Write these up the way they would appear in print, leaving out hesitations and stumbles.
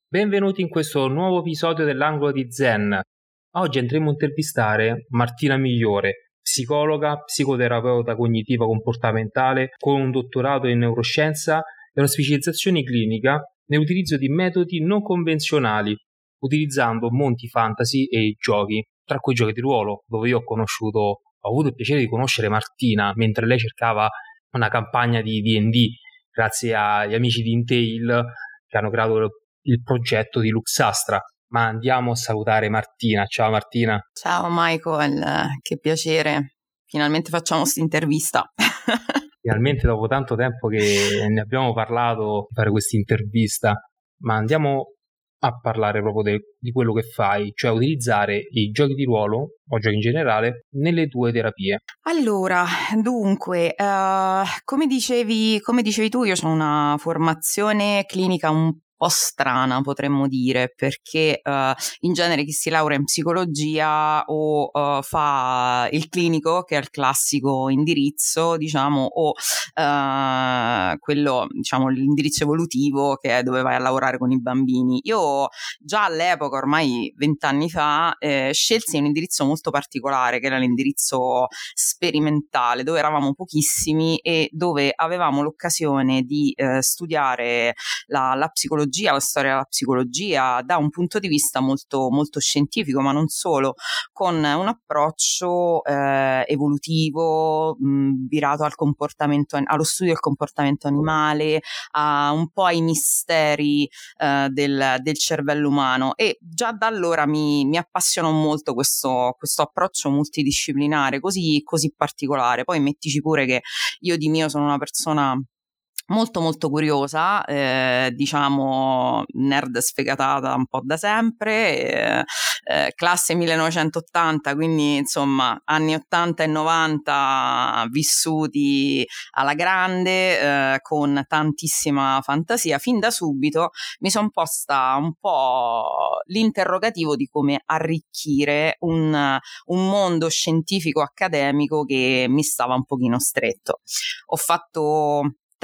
Benvenuti in questo nuovo episodio dell'Angolo di Zen. Oggi andremo a intervistare Martina Migliore, psicologa, psicoterapeuta cognitiva comportamentale con un dottorato in neuroscienza e una specializzazione clinica nell'utilizzo di metodi non convenzionali, utilizzando monti fantasy e giochi, tra cui giochi di ruolo, dove io ho avuto il piacere di conoscere Martina mentre lei cercava una campagna di D&D, grazie agli amici di Intel che hanno creato il progetto di Luxastra. Ma andiamo a salutare Martina. Ciao Martina. Ciao Michael, che piacere. Finalmente facciamo questa intervista. Finalmente dopo tanto tempo che ne abbiamo parlato di fare questa intervista, ma andiamo a parlare proprio di quello che fai, cioè utilizzare i giochi di ruolo o giochi in generale nelle tue terapie. Allora, dunque, come dicevi tu, io ho una formazione clinica un po' strana, potremmo dire, perché in genere chi si laurea in psicologia o fa il clinico, che è il classico indirizzo, diciamo, o quello, diciamo, l'indirizzo evolutivo, che è dove vai a lavorare con i bambini. Io già all'epoca, ormai 20 anni fa, scelsi un indirizzo molto particolare, che era l'indirizzo sperimentale, dove eravamo pochissimi e dove avevamo l'occasione di studiare la psicologia, la storia della psicologia da un punto di vista molto, molto scientifico, ma non solo, con un approccio evolutivo, virato al comportamento, allo studio del comportamento animale, a un po' ai misteri del cervello umano, e già da allora mi appassionò molto questo approccio multidisciplinare così particolare. Poi mettici pure che io di mio sono una persona molto molto curiosa, diciamo nerd sfegatata un po' da sempre, classe 1980, quindi insomma anni 80 e 90 vissuti alla grande, con tantissima fantasia. Fin da subito mi sono posta un po' l'interrogativo di come arricchire un mondo scientifico accademico che mi stava un pochino stretto. Ho fatto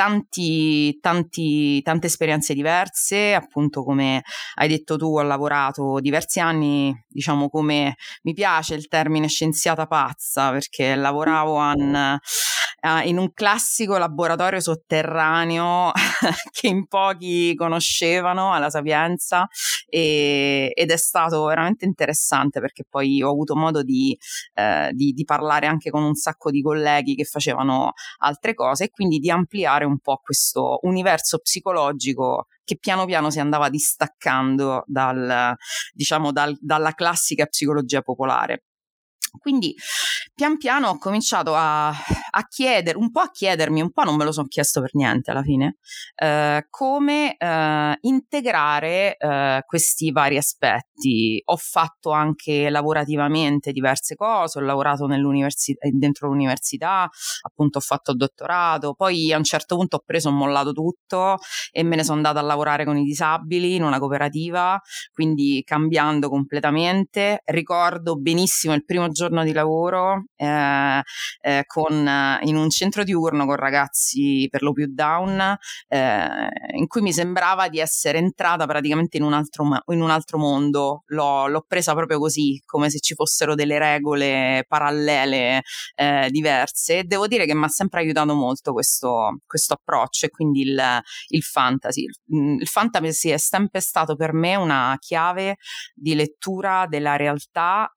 tante esperienze diverse, appunto, come hai detto tu, ho lavorato diversi anni, diciamo, come mi piace il termine scienziata pazza, perché lavoravo in un classico laboratorio sotterraneo che in pochi conoscevano, alla Sapienza, ed è stato veramente interessante, perché poi ho avuto modo di parlare anche con un sacco di colleghi che facevano altre cose, e quindi di ampliare un po' questo universo psicologico che piano piano si andava distaccando dalla classica psicologia popolare. Quindi pian piano ho cominciato a chiedermi, un po' non me lo sono chiesto per niente alla fine, come integrare questi vari aspetti. Ho fatto anche lavorativamente diverse cose, ho lavorato dentro l'università, appunto ho fatto il dottorato, poi a un certo punto ho mollato tutto e me ne sono andata a lavorare con i disabili in una cooperativa, quindi cambiando completamente. Ricordo benissimo il primo giorno di lavoro in un centro diurno con ragazzi per lo più down, in cui mi sembrava di essere entrata praticamente in un altro mondo. L'ho presa proprio così, come se ci fossero delle regole parallele diverse. Devo dire che mi ha sempre aiutato molto questo approccio, e quindi il fantasy. Il fantasy è sempre stato per me una chiave di lettura della realtà,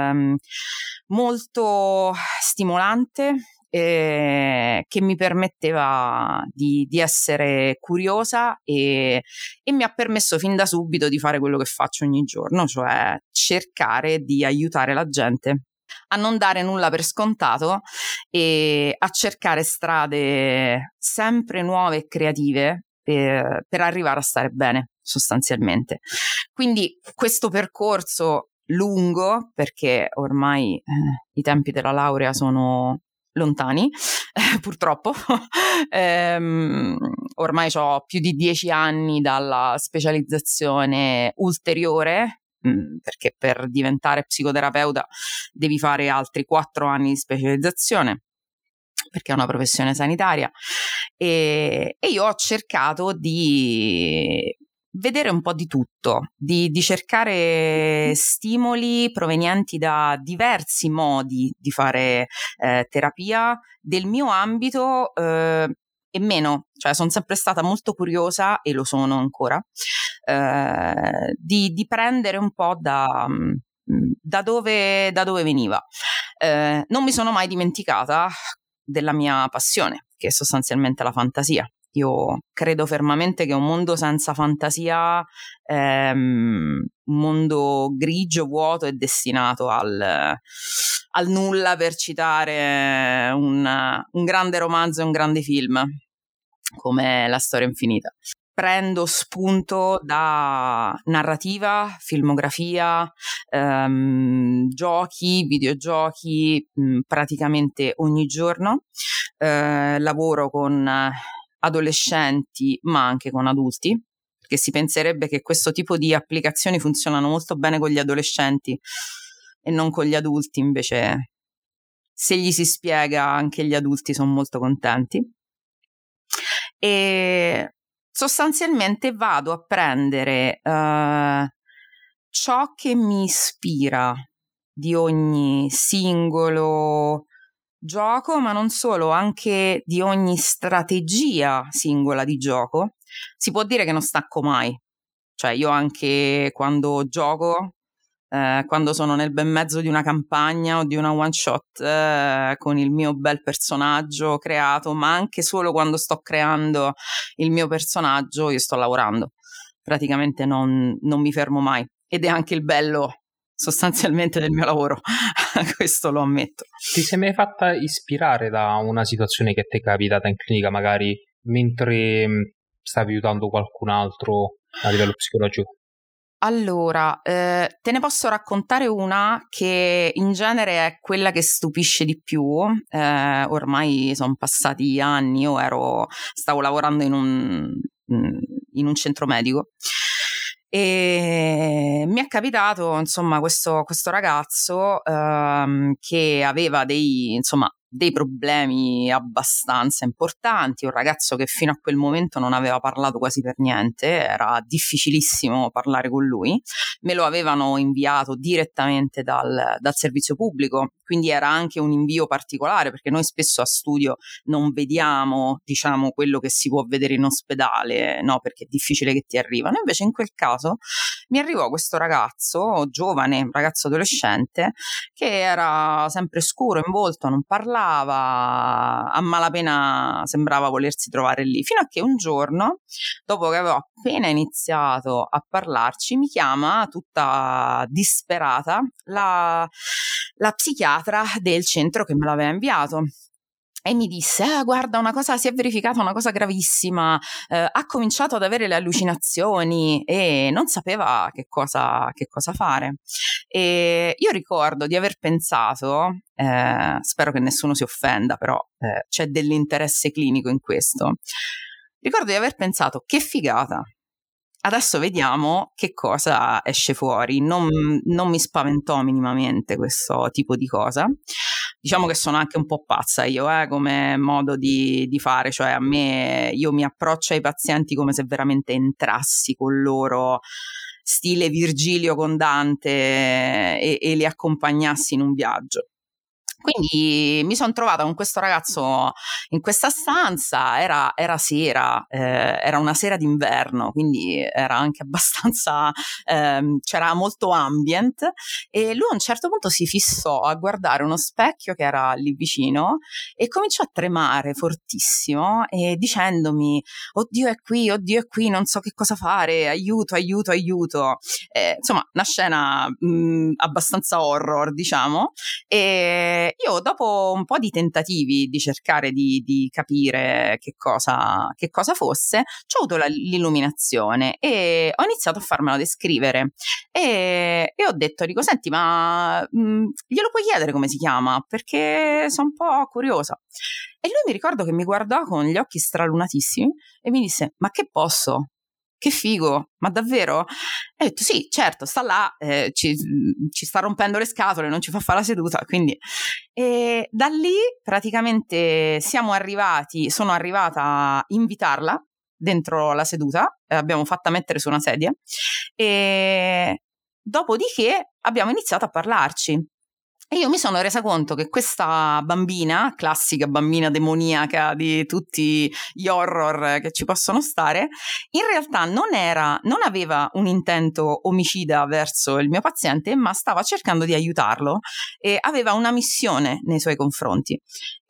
molto stimolante, che mi permetteva di essere curiosa, e mi ha permesso fin da subito di fare quello che faccio ogni giorno, cioè cercare di aiutare la gente a non dare nulla per scontato e a cercare strade sempre nuove e creative per arrivare a stare bene, sostanzialmente. Quindi questo percorso lungo, perché ormai i tempi della laurea sono lontani, purtroppo. Ormai ho più di 10 anni dalla specializzazione ulteriore, perché per diventare psicoterapeuta devi fare altri 4 anni di specializzazione, perché è una professione sanitaria, e io ho cercato di vedere un po' di tutto, di cercare stimoli provenienti da diversi modi di fare terapia del mio ambito e meno, cioè sono sempre stata molto curiosa e lo sono ancora, di prendere un po' da dove veniva. Non mi sono mai dimenticata della mia passione, che è sostanzialmente la fantasia. Io credo fermamente che un mondo senza fantasia è un mondo grigio, vuoto e destinato al nulla, per citare un grande romanzo e un grande film come La storia infinita. Prendo spunto da narrativa, filmografia, giochi, videogiochi praticamente ogni giorno. Lavoro con adolescenti ma anche con adulti, perché si penserebbe che questo tipo di applicazioni funzionano molto bene con gli adolescenti e non con gli adulti, invece se gli si spiega anche gli adulti sono molto contenti. E sostanzialmente vado a prendere ciò che mi ispira di ogni singolo gioco, ma non solo, anche di ogni strategia singola di gioco. Si può dire che non stacco mai, cioè io anche quando gioco, quando sono nel bel mezzo di una campagna o di una one shot con il mio bel personaggio creato, ma anche solo quando sto creando il mio personaggio, io sto lavorando, praticamente non mi fermo mai, ed è anche il bello sostanzialmente del mio lavoro. Questo lo ammetto. Ti sei mai fatta ispirare da una situazione che ti è capitata in clinica, magari mentre stavi aiutando qualcun altro a livello psicologico? Allora, te ne posso raccontare una che in genere è quella che stupisce di più. Ormai sono passati anni, io stavo lavorando in un centro medico e mi è capitato, insomma, questo ragazzo che aveva dei problemi abbastanza importanti, un ragazzo che fino a quel momento non aveva parlato quasi per niente, era difficilissimo parlare con lui, me lo avevano inviato direttamente dal servizio pubblico, quindi era anche un invio particolare, perché noi spesso a studio non vediamo, diciamo, quello che si può vedere in ospedale, no, perché è difficile che ti arrivano. Invece in quel caso mi arrivò questo ragazzo giovane, un ragazzo adolescente, che era sempre scuro in volto, non parlava, a malapena sembrava volersi trovare lì, fino a che un giorno, dopo che avevo appena iniziato a parlarci, mi chiama tutta disperata la psichiatra del centro che me l'aveva inviato. E mi disse, guarda, si è verificata una cosa gravissima, ha cominciato ad avere le allucinazioni e non sapeva che cosa fare. E io ricordo di aver pensato, spero che nessuno si offenda, però c'è dell'interesse clinico in questo, ricordo di aver pensato, che figata, adesso vediamo che cosa esce fuori. Non mi spaventò minimamente questo tipo di cosa. Diciamo che sono anche un po' pazza io come modo di fare, cioè io mi approccio ai pazienti come se veramente entrassi con loro, stile Virgilio con Dante, e li accompagnassi in un viaggio. Quindi mi sono trovata con questo ragazzo in questa stanza, era sera, era una sera d'inverno, quindi era anche abbastanza, c'era molto ambient, e lui a un certo punto si fissò a guardare uno specchio che era lì vicino e cominciò a tremare fortissimo e dicendomi, oddio è qui, non so che cosa fare, aiuto. Insomma, una scena abbastanza horror, diciamo. E io, dopo un po' di tentativi di cercare di capire che cosa fosse, ho avuto l'illuminazione e ho iniziato a farmelo descrivere e ho detto, dico, senti, ma glielo puoi chiedere come si chiama? Perché sono un po' curiosa. E lui, mi ricordo che mi guardò con gli occhi stralunatissimi e mi disse, ma che posso? Che figo, ma davvero? E ho detto sì, certo, sta là, ci sta rompendo le scatole, non ci fa fare la seduta, quindi e da lì praticamente sono arrivata a invitarla dentro la seduta, abbiamo fatta mettere su una sedia e dopodiché abbiamo iniziato a parlarci. E io mi sono resa conto che questa bambina, classica bambina demoniaca di tutti gli horror che ci possono stare, in realtà non aveva un intento omicida verso il mio paziente, ma stava cercando di aiutarlo e aveva una missione nei suoi confronti.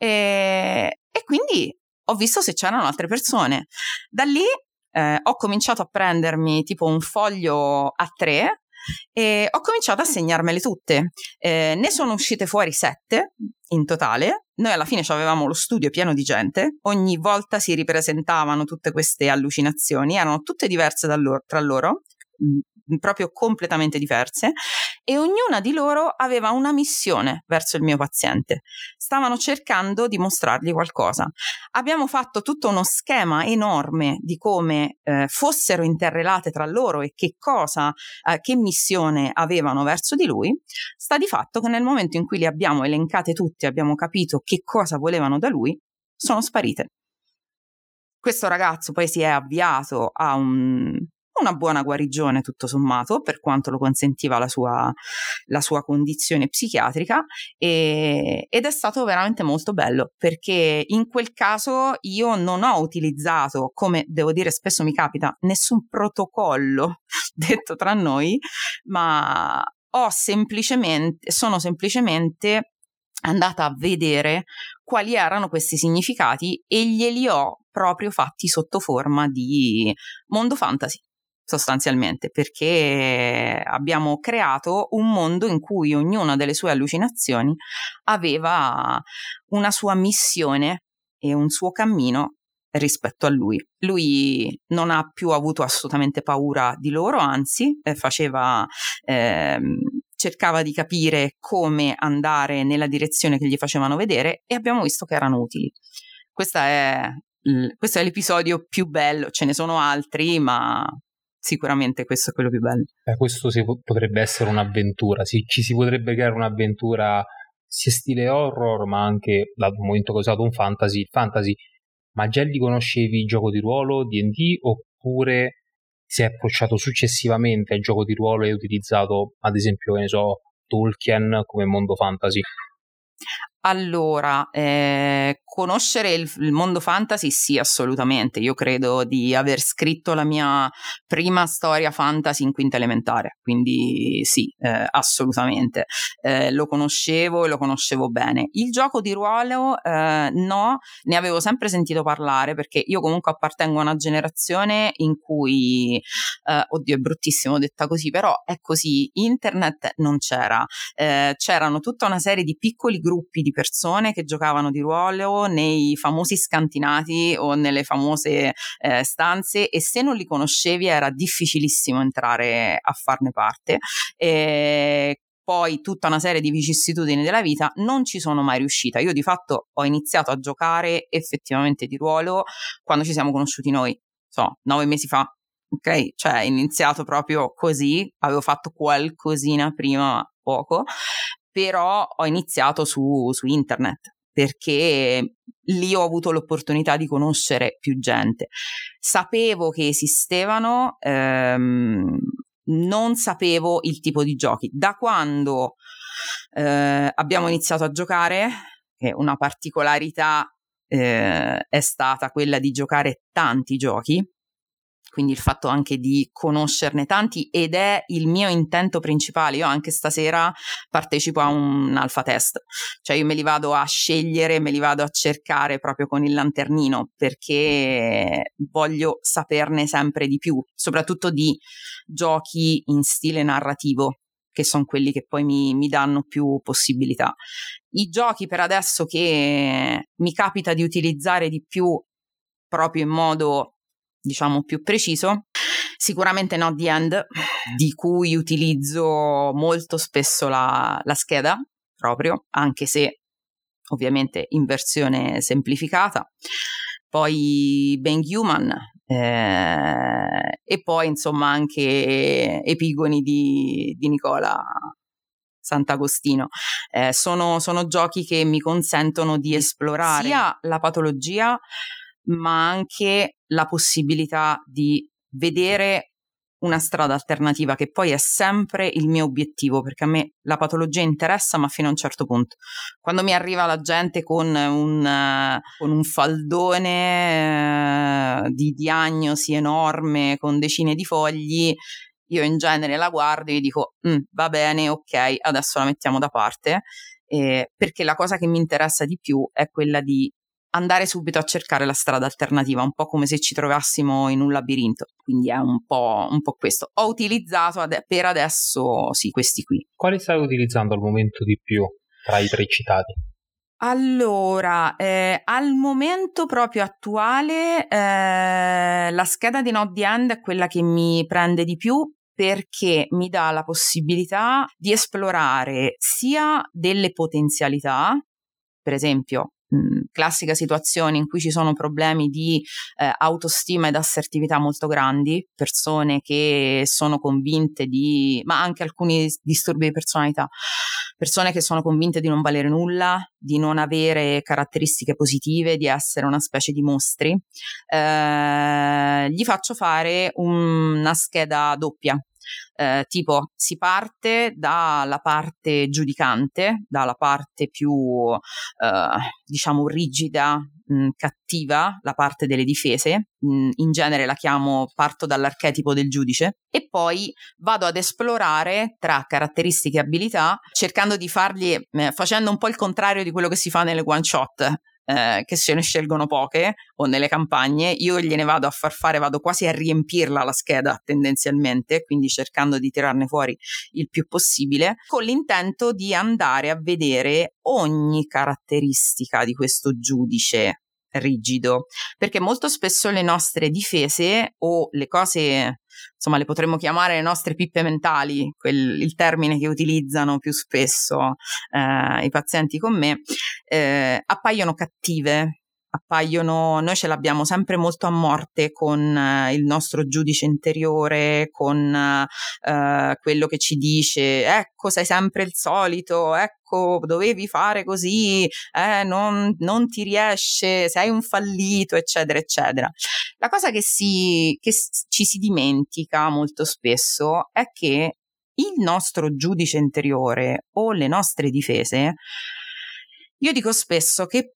E quindi ho visto se c'erano altre persone. Da lì ho cominciato a prendermi tipo un foglio A3 e ho cominciato a segnarmele tutte. Ne sono uscite fuori 7 in totale. Noi alla fine avevamo lo studio pieno di gente, ogni volta si ripresentavano tutte queste allucinazioni, erano tutte diverse tra loro, proprio completamente diverse, e ognuna di loro aveva una missione verso il mio paziente. Stavano cercando di mostrargli qualcosa. Abbiamo fatto tutto uno schema enorme di come fossero interrelate tra loro e che cosa, che missione avevano verso di lui. Sta di fatto che nel momento in cui le abbiamo elencate tutte, abbiamo capito che cosa volevano da lui, sono sparite. Questo ragazzo poi si è avviato a una buona guarigione tutto sommato, per quanto lo consentiva la sua condizione psichiatrica, ed è stato veramente molto bello, perché in quel caso io non ho utilizzato, come devo dire spesso mi capita, nessun protocollo detto tra noi, ma sono semplicemente andata a vedere quali erano questi significati e glieli ho proprio fatti sotto forma di mondo fantasy, sostanzialmente, perché abbiamo creato un mondo in cui ognuna delle sue allucinazioni aveva una sua missione e un suo cammino rispetto a lui. Lui non ha più avuto assolutamente paura di loro, anzi cercava di capire come andare nella direzione che gli facevano vedere, e abbiamo visto che erano utili. Questo è l'episodio più bello, ce ne sono altri, ma sicuramente questo è quello più bello. Questo potrebbe essere un'avventura, ci si potrebbe creare un'avventura sia stile horror, ma anche dal momento che ho usato un fantasy. Ma già li conoscevi il gioco di ruolo D&D, oppure si è approcciato successivamente al gioco di ruolo e hai utilizzato, ad esempio, che ne so, Tolkien come mondo fantasy? Allora, conoscere il mondo fantasy sì, assolutamente. Io credo di aver scritto la mia prima storia fantasy in quinta elementare, quindi sì, assolutamente. Lo conoscevo e lo conoscevo bene. Il gioco di ruolo no, ne avevo sempre sentito parlare, perché io comunque appartengo a una generazione in cui, oddio è bruttissimo detta così, però è così, internet non c'era. C'erano tutta una serie di piccoli gruppi di persone che giocavano di ruolo nei famosi scantinati o nelle famose stanze, e se non li conoscevi era difficilissimo entrare a farne parte. Poi tutta una serie di vicissitudini della vita, non ci sono mai riuscita. Io di fatto ho iniziato a giocare effettivamente di ruolo quando ci siamo conosciuti noi, 9 mesi fa. Ok, cioè ho iniziato proprio così, avevo fatto qualcosina prima, poco, però ho iniziato su internet, perché lì ho avuto l'opportunità di conoscere più gente. Sapevo che esistevano, non sapevo il tipo di giochi. Da quando abbiamo iniziato a giocare, che una particolarità è stata quella di giocare tanti giochi, quindi il fatto anche di conoscerne tanti, ed è il mio intento principale. Io anche stasera partecipo a un alpha test, cioè io me li vado a scegliere, me li vado a cercare proprio con il lanternino, perché voglio saperne sempre di più, soprattutto di giochi in stile narrativo, che sono quelli che poi mi danno più possibilità. I giochi per adesso che mi capita di utilizzare di più, proprio in modo diciamo più preciso, sicuramente Not the End, di cui utilizzo molto spesso la scheda proprio, anche se ovviamente in versione semplificata. Poi Being Human, e poi insomma anche Epigoni di Nicola Sant'Agostino. Sono giochi che mi consentono di esplorare sia la patologia, ma anche la possibilità di vedere una strada alternativa, che poi è sempre il mio obiettivo, perché a me la patologia interessa, ma fino a un certo punto. Quando mi arriva la gente con un faldone di diagnosi enorme con decine di fogli, io in genere la guardo e gli dico va bene, ok, adesso la mettiamo da parte, perché la cosa che mi interessa di più è quella di andare subito a cercare la strada alternativa, un po' come se ci trovassimo in un labirinto. Quindi è un po' questo. Ho utilizzato per adesso sì, questi qui. Quali stai utilizzando al momento di più tra i tre citati? Allora, al momento proprio attuale la scheda di Not the End è quella che mi prende di più, perché mi dà la possibilità di esplorare sia delle potenzialità, per esempio classica situazione in cui ci sono problemi di autostima ed assertività molto grandi, persone che sono convinte ma anche alcuni disturbi di personalità, persone che sono convinte di non valere nulla, di non avere caratteristiche positive, di essere una specie di mostri. Gli faccio fare una scheda doppia. Tipo si parte dalla parte giudicante, dalla parte più diciamo rigida, cattiva, la parte delle difese, in genere parto dall'archetipo del giudice, e poi vado ad esplorare tra caratteristiche e abilità, cercando di facendo un po' il contrario di quello che si fa nelle one shot, che se ne scelgono poche, o nelle campagne. Io gliene vado a vado quasi a riempirla la scheda tendenzialmente, quindi cercando di tirarne fuori il più possibile, con l'intento di andare a vedere ogni caratteristica di questo giudice rigido, perché molto spesso le nostre difese o le cose, insomma, le potremmo chiamare le nostre pippe mentali, il termine che utilizzano più spesso i pazienti con me, appaiono cattive. Noi ce l'abbiamo sempre molto a morte con il nostro giudice interiore, con quello che ci dice ecco sei sempre il solito, ecco dovevi fare così, non ti riesce, sei un fallito, eccetera eccetera. La cosa che ci si dimentica molto spesso è che il nostro giudice interiore o le nostre difese, io dico spesso che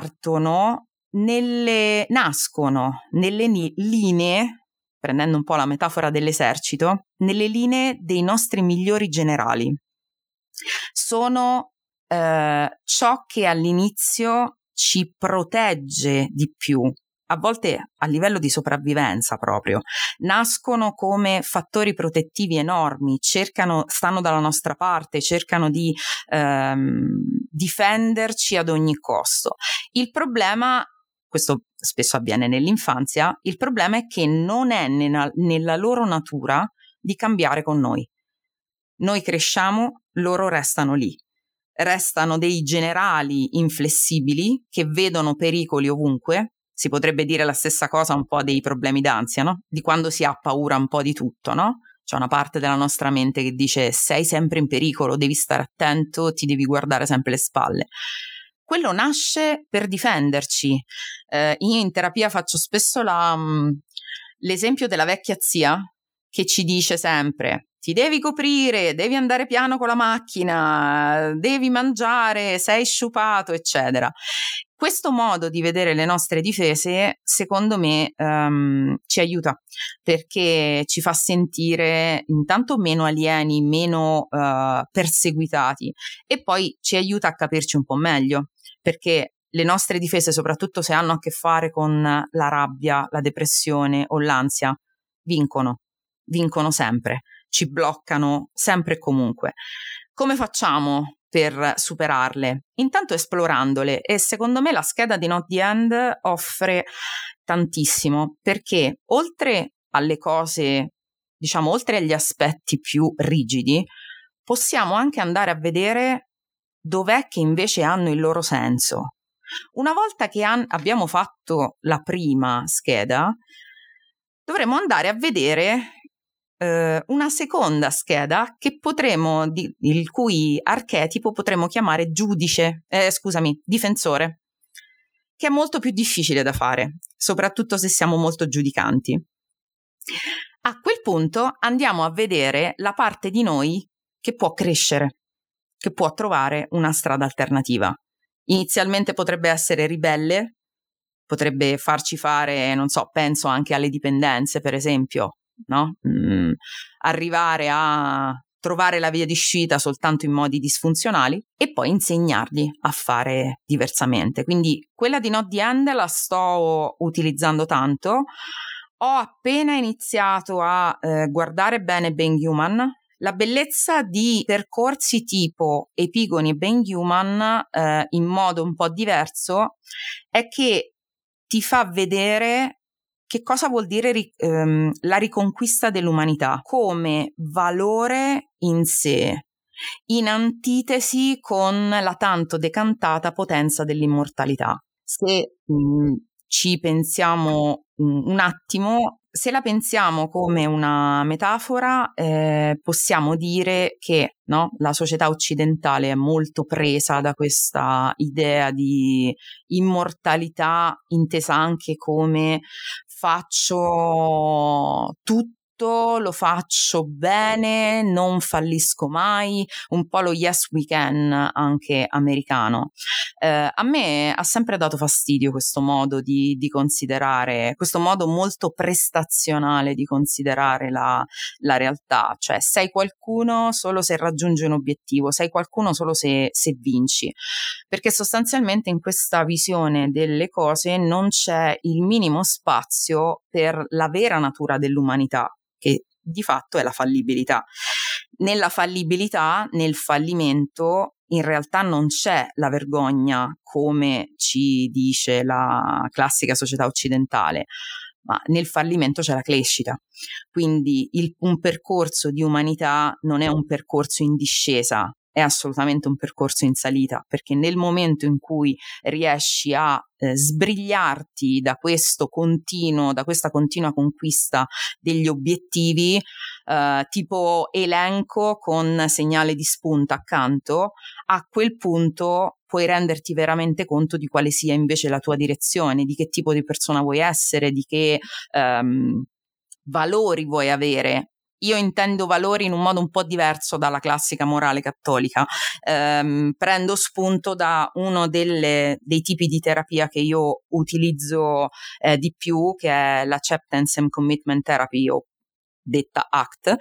nascono nelle linee, prendendo un po' la metafora dell'esercito, nelle linee dei nostri migliori generali. Sono ciò che all'inizio ci protegge di più, a volte a livello di sopravvivenza proprio. Nascono come fattori protettivi enormi, stanno dalla nostra parte, cercano di difenderci ad ogni costo. Il problema, questo spesso avviene nell'infanzia, il problema è che non è nella loro natura di cambiare con noi. Noi cresciamo, loro restano lì. Restano dei generali inflessibili che vedono pericoli ovunque. Si potrebbe dire la stessa cosa un po' dei problemi d'ansia, no? Di quando si ha paura un po' di tutto, no? C'è una parte della nostra mente che dice sei sempre in pericolo, devi stare attento, ti devi guardare sempre le spalle. Quello nasce per difenderci. Io in terapia faccio spesso l'esempio della vecchia zia che ci dice sempre ti devi coprire, devi andare piano con la macchina, devi mangiare, sei sciupato, eccetera. Questo modo di vedere le nostre difese, secondo me, ci aiuta, perché ci fa sentire intanto meno alieni, meno perseguitati, e poi ci aiuta a capirci un po' meglio, perché le nostre difese, soprattutto se hanno a che fare con la rabbia, la depressione o l'ansia, vincono sempre, ci bloccano sempre e comunque. Come facciamo per superarle? Intanto esplorandole, e secondo me la scheda di Not the End offre tantissimo, perché oltre alle cose, diciamo, oltre agli aspetti più rigidi, possiamo anche andare a vedere dov'è che invece hanno il loro senso. Una volta che abbiamo fatto la prima scheda, dovremo andare a vedere una seconda scheda che il cui archetipo potremmo chiamare difensore, che è molto più difficile da fare, soprattutto se siamo molto giudicanti. A quel punto andiamo a vedere la parte di noi che può crescere, che può trovare una strada alternativa. Inizialmente potrebbe essere ribelle, potrebbe farci fare, non so, penso anche alle dipendenze, per esempio, no? Arrivare a trovare la via di uscita soltanto in modi disfunzionali e poi insegnargli a fare diversamente. Quindi quella di Not the End la sto utilizzando tanto. Ho appena iniziato a guardare bene Being Human. La bellezza di percorsi tipo Epigoni e Being Human in modo un po' diverso è che ti fa vedere che cosa vuol dire la riconquista dell'umanità come valore in sé, in antitesi con la tanto decantata potenza dell'immortalità. Se ci pensiamo un attimo, se la pensiamo come una metafora, possiamo dire che, no, la società occidentale è molto presa da questa idea di immortalità, intesa anche come faccio tutto, lo faccio bene, non fallisco mai, un po' lo yes we can anche americano. A me ha sempre dato fastidio questo modo di considerare, questo modo molto prestazionale di considerare la realtà, cioè sei qualcuno solo se raggiungi un obiettivo, sei qualcuno solo se vinci, perché sostanzialmente in questa visione delle cose non c'è il minimo spazio per la vera natura dell'umanità, che di fatto è la fallibilità. Nella fallibilità, nel fallimento, in realtà non c'è la vergogna come ci dice la classica società occidentale, ma nel fallimento c'è la crescita. Quindi un percorso di umanità non è un percorso in discesa, è assolutamente un percorso in salita, perché nel momento in cui riesci a sbrigliarti da questa continua conquista degli obiettivi, tipo elenco con segnale di spunta accanto, a quel punto puoi renderti veramente conto di quale sia invece la tua direzione, di che tipo di persona vuoi essere, di che valori vuoi avere. Io intendo valori in un modo un po' diverso dalla classica morale cattolica. Prendo spunto da uno dei tipi di terapia che io utilizzo di più, che è l'Acceptance and Commitment Therapy, o detta ACT,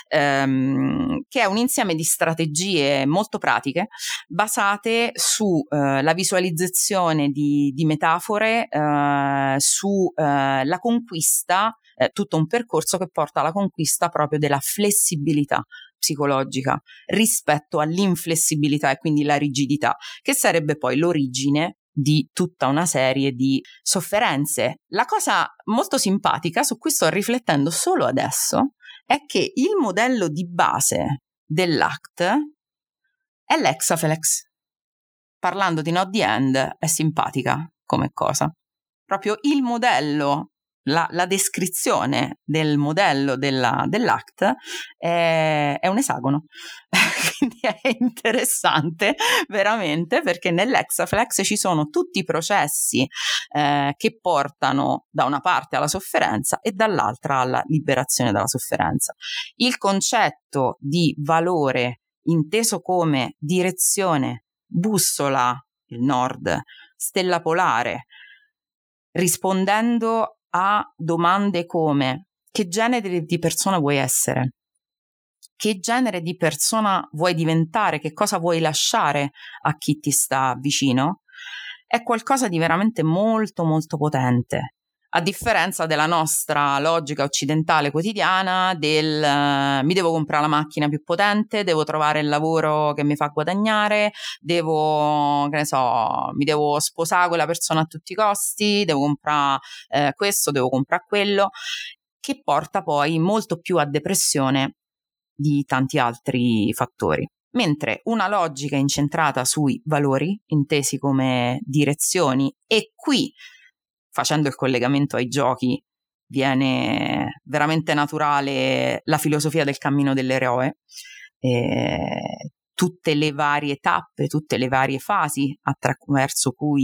che è un insieme di strategie molto pratiche basate su la visualizzazione di metafore, su la conquista, tutto un percorso che porta alla conquista proprio della flessibilità psicologica rispetto all'inflessibilità e quindi la rigidità, che sarebbe poi l'origine di tutta una serie di sofferenze. La cosa molto simpatica su cui sto riflettendo solo adesso è che il modello di base dell'ACT è l'Hexaflex. Parlando di Not the End è simpatica come cosa. Proprio il modello, la descrizione del modello dell'ACT è un esagono. Quindi è interessante veramente, perché nell'Hexaflex ci sono tutti i processi che portano da una parte alla sofferenza e dall'altra alla liberazione dalla sofferenza. Il concetto di valore inteso come direzione, bussola, il nord, stella polare, rispondendo a domande come: che genere di persona vuoi essere? Che genere di persona vuoi diventare? Che cosa vuoi lasciare a chi ti sta vicino? È qualcosa di veramente molto molto potente, a differenza della nostra logica occidentale quotidiana del mi devo comprare la macchina più potente, devo trovare il lavoro che mi fa guadagnare, devo, che ne so, mi devo sposare quella persona a tutti i costi, devo comprare questo, devo comprare quello, che porta poi molto più a depressione di tanti altri fattori. Mentre una logica incentrata sui valori, intesi come direzioni, e qui, facendo il collegamento ai giochi, viene veramente naturale la filosofia del cammino dell'eroe, tutte le varie tappe, tutte le varie fasi attraverso cui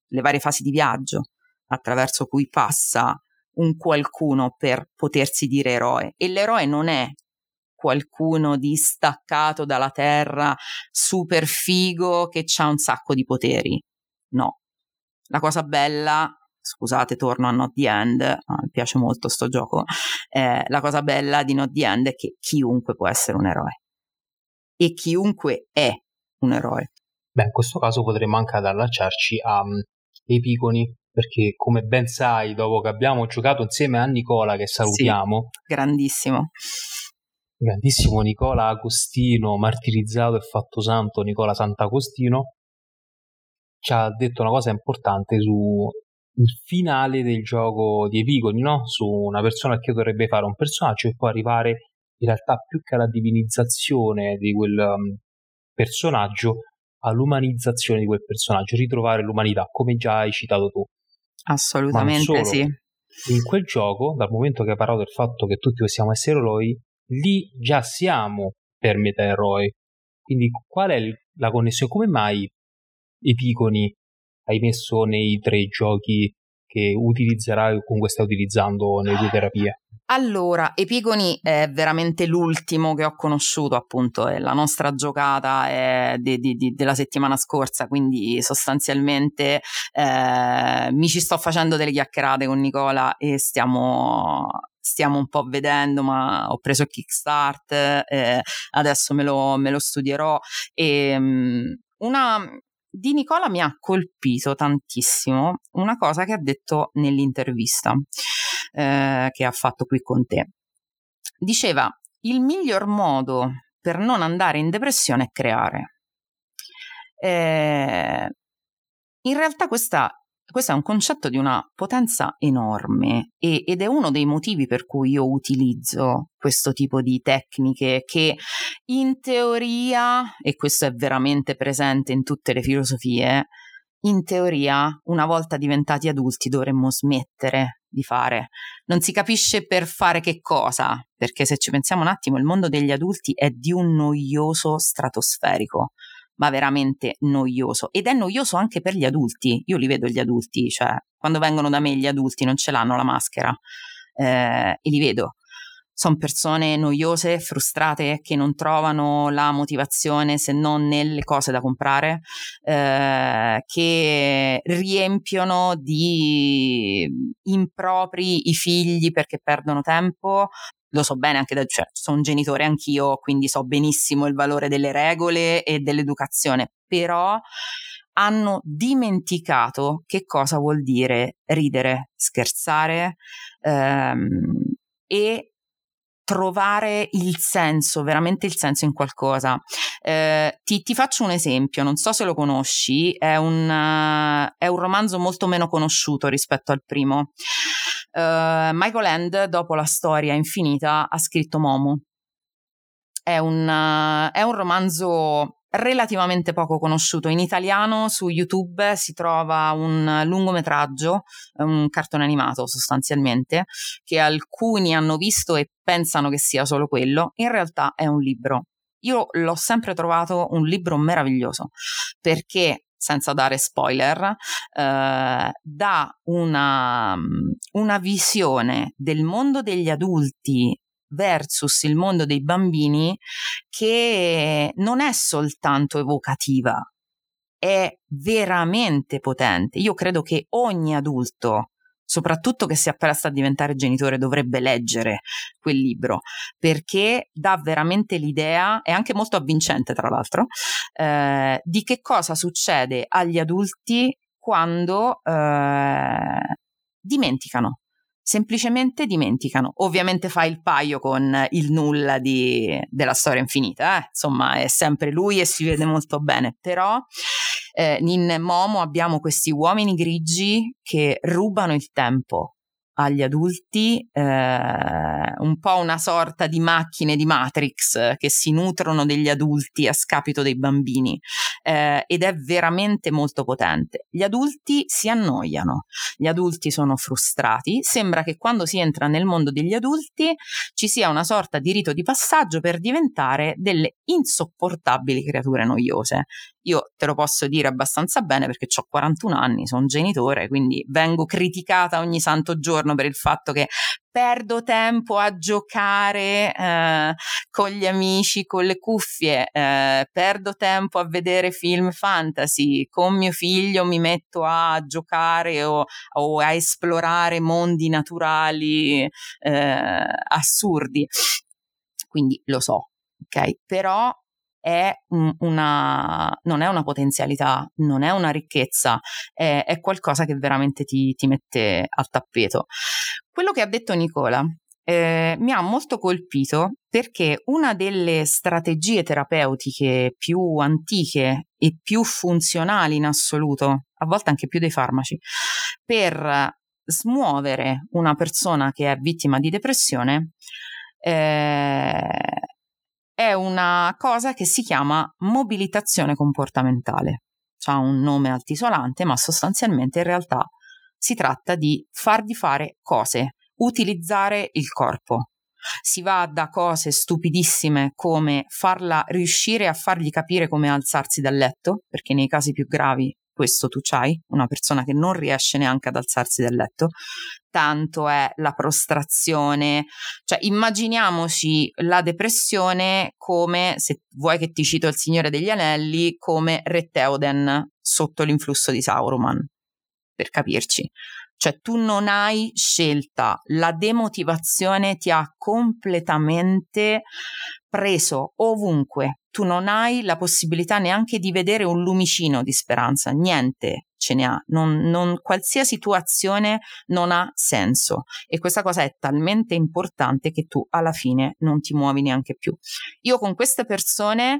le varie fasi di viaggio attraverso cui passa un qualcuno per potersi dire eroe. E l'eroe non è qualcuno distaccato dalla terra, super figo, che ha un sacco di poteri. No. La cosa bella, scusate, torno a Not the End, mi piace molto sto gioco, la cosa bella di Not the End è che chiunque può essere un eroe. E chiunque è un eroe. Beh, in questo caso potremmo anche allacciarci a Epiconi, perché come ben sai, dopo che abbiamo giocato insieme a Nicola, che salutiamo, sì, grandissimo Nicola Agostino, martirizzato e fatto santo Nicola Sant'Agostino, ci ha detto una cosa importante su il finale del gioco di Epiconi, no? Su una persona che dovrebbe fare un personaggio e poi arrivare in realtà più che alla divinizzazione di quel personaggio, all'umanizzazione di quel personaggio, ritrovare l'umanità, come già hai citato tu. Assolutamente sì. In quel gioco, dal momento che hai parlato del fatto che tutti possiamo essere eroi, lì già siamo per metà eroi. Quindi qual è la connessione? Come mai Epiconi hai messo nei 3 giochi che utilizzerai o comunque stai utilizzando nelle tue terapie? Allora, Epiconi è veramente l'ultimo che ho conosciuto, appunto, è la nostra giocata della settimana scorsa, quindi sostanzialmente mi ci sto facendo delle chiacchierate con Nicola e stiamo un po' vedendo, ma ho preso il Kickstart, adesso me lo studierò e di Nicola mi ha colpito tantissimo una cosa che ha detto nell'intervista che ha fatto qui con te. Diceva: il miglior modo per non andare in depressione è creare. In realtà questo è un concetto di una potenza enorme ed è uno dei motivi per cui io utilizzo questo tipo di tecniche che in teoria, e questo è veramente presente in tutte le filosofie, in teoria una volta diventati adulti dovremmo smettere di fare. Non si capisce per fare che cosa, perché se ci pensiamo un attimo il mondo degli adulti è di un noioso stratosferico, ma veramente noioso, ed è noioso anche per gli adulti. Io li vedo gli adulti, cioè quando vengono da me gli adulti non ce l'hanno la maschera e li vedo. Sono persone noiose, frustrate, che non trovano la motivazione se non nelle cose da comprare, che riempiono di impropri i figli perché perdono tempo. Lo so bene anche cioè, sono un genitore anch'io, quindi so benissimo il valore delle regole e dell'educazione, però hanno dimenticato che cosa vuol dire ridere, scherzare e trovare il senso, veramente il senso in qualcosa. Ti faccio un esempio, non so se lo conosci, è un romanzo molto meno conosciuto rispetto al primo. Michael Ende, dopo La storia infinita, ha scritto Momo. È un romanzo relativamente poco conosciuto. In italiano su YouTube si trova un lungometraggio, un cartone animato sostanzialmente, che alcuni hanno visto e pensano che sia solo quello. In realtà è un libro. Io l'ho sempre trovato un libro meraviglioso, perché, senza dare spoiler, dà una visione del mondo degli adulti versus il mondo dei bambini che non è soltanto evocativa, è veramente potente. Io credo che ogni adulto, soprattutto che si appresta a diventare genitore, dovrebbe leggere quel libro, perché dà veramente l'idea, è anche molto avvincente tra l'altro, di che cosa succede agli adulti quando dimenticano. Semplicemente dimenticano. Ovviamente fa il paio con il nulla della storia infinita, insomma è sempre lui e si vede molto bene, però in Momo abbiamo questi uomini grigi che rubano il tempo agli adulti, un po' una sorta di macchine di Matrix che si nutrono degli adulti a scapito dei bambini. ed è veramente molto potente. Gli adulti si annoiano, gli adulti sono frustrati, sembra che quando si entra nel mondo degli adulti ci sia una sorta di rito di passaggio per diventare delle insopportabili creature noiose. Io te lo posso dire abbastanza bene perché ho 41 anni, sono un genitore, quindi vengo criticata ogni santo giorno per il fatto che perdo tempo a giocare con gli amici, con le cuffie, perdo tempo a vedere film fantasy, con mio figlio mi metto a giocare o a esplorare mondi naturali assurdi. Quindi lo so, ok? Però non è una potenzialità, non è una ricchezza, è qualcosa che veramente ti mette al tappeto. Quello che ha detto Nicola mi ha molto colpito perché una delle strategie terapeutiche più antiche e più funzionali in assoluto, a volte anche più dei farmaci, per smuovere una persona che è vittima di depressione è una cosa che si chiama mobilitazione comportamentale. Ha un nome altisolante, ma sostanzialmente in realtà si tratta di fargli fare cose, utilizzare il corpo. Si va da cose stupidissime come farla riuscire a fargli capire come alzarsi dal letto, perché nei casi più gravi questo tu c'hai, una persona che non riesce neanche ad alzarsi dal letto, tanto è la prostrazione, cioè immaginiamoci la depressione come, se vuoi che ti cito Il Signore degli Anelli, come Re Théoden sotto l'influsso di Sauron, per capirci. Cioè tu non hai scelta, la demotivazione ti ha completamente preso ovunque, tu non hai la possibilità neanche di vedere un lumicino di speranza, niente ce ne ha, qualsiasi tua azione non ha senso e questa cosa è talmente importante che tu alla fine non ti muovi neanche più. Io con queste persone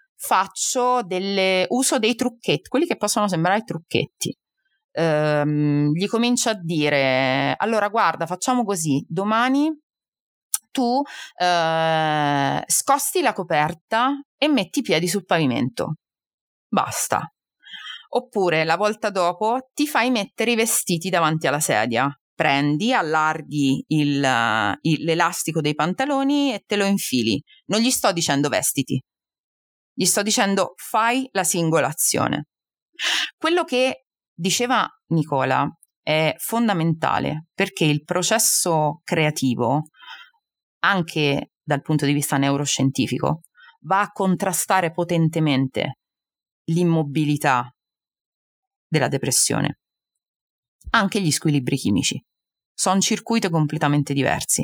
uso dei trucchetti, quelli che possono sembrare trucchetti. Gli comincio a dire: allora guarda, facciamo così, domani tu scosti la coperta e metti i piedi sul pavimento, basta. Oppure la volta dopo ti fai mettere i vestiti davanti alla sedia, prendi, allarghi l'elastico dei pantaloni e te lo infili. Non gli sto dicendo vestiti, gli sto dicendo fai la singola azione. Quello che diceva Nicola è fondamentale perché il processo creativo, anche dal punto di vista neuroscientifico, va a contrastare potentemente l'immobilità della depressione. Anche gli squilibri chimici sono circuiti completamente diversi.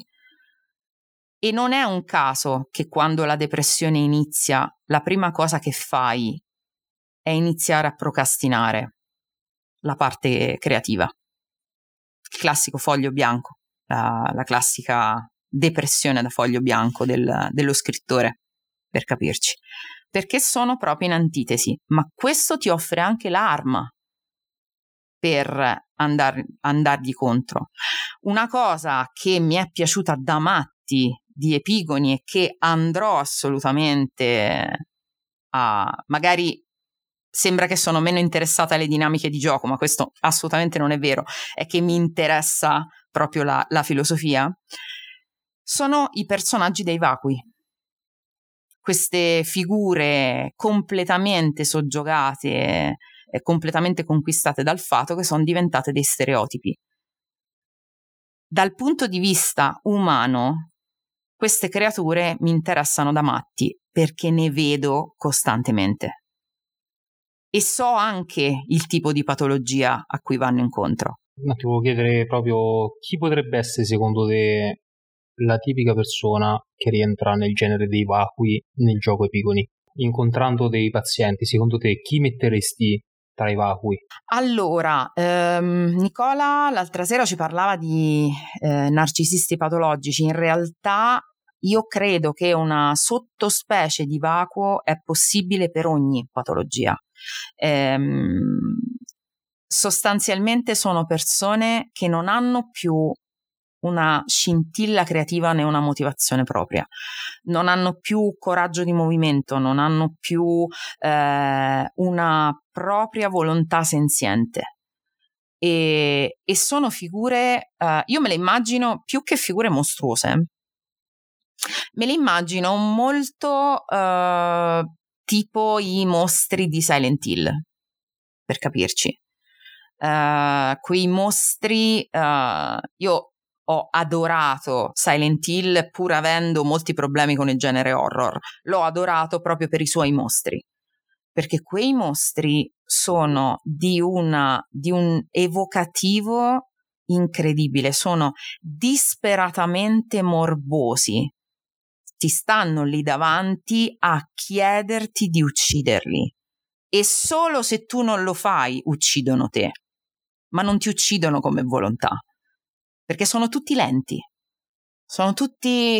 E non è un caso che quando la depressione inizia, la prima cosa che fai è iniziare a procrastinare la parte creativa. Il classico foglio bianco, la classica depressione da foglio bianco dello scrittore, per capirci. Perché sono proprio in antitesi, ma questo ti offre anche l'arma per andargli contro. Una cosa che mi è piaciuta da matti di Epigoni e che andrò assolutamente magari sembra che sono meno interessata alle dinamiche di gioco, ma questo assolutamente non è vero, è che mi interessa proprio la filosofia, sono i personaggi dei vacui. Queste figure completamente soggiogate e completamente conquistate dal fato che sono diventate dei stereotipi. Dal punto di vista umano, queste creature mi interessano da matti perché ne vedo costantemente. E so anche il tipo di patologia a cui vanno incontro. Ma ti volevo chiedere proprio chi potrebbe essere secondo te la tipica persona che rientra nel genere dei vacui nel gioco Epigoni? Incontrando dei pazienti, secondo te chi metteresti tra i vacui? Allora, Nicola l'altra sera ci parlava di narcisisti patologici. In realtà io credo che una sottospecie di vacuo è possibile per ogni patologia. Sostanzialmente sono persone che non hanno più una scintilla creativa né una motivazione propria, non hanno più coraggio di movimento, non hanno più una propria volontà senziente e sono figure, io me le immagino più che figure mostruose, me le immagino molto tipo i mostri di Silent Hill, per capirci. Quei mostri, io ho adorato Silent Hill pur avendo molti problemi con il genere horror, l'ho adorato proprio per i suoi mostri, perché quei mostri sono di un evocativo incredibile, sono disperatamente morbosi, ti stanno lì davanti a chiederti di ucciderli e solo se tu non lo fai uccidono te, ma non ti uccidono come volontà, perché sono tutti lenti, sono tutti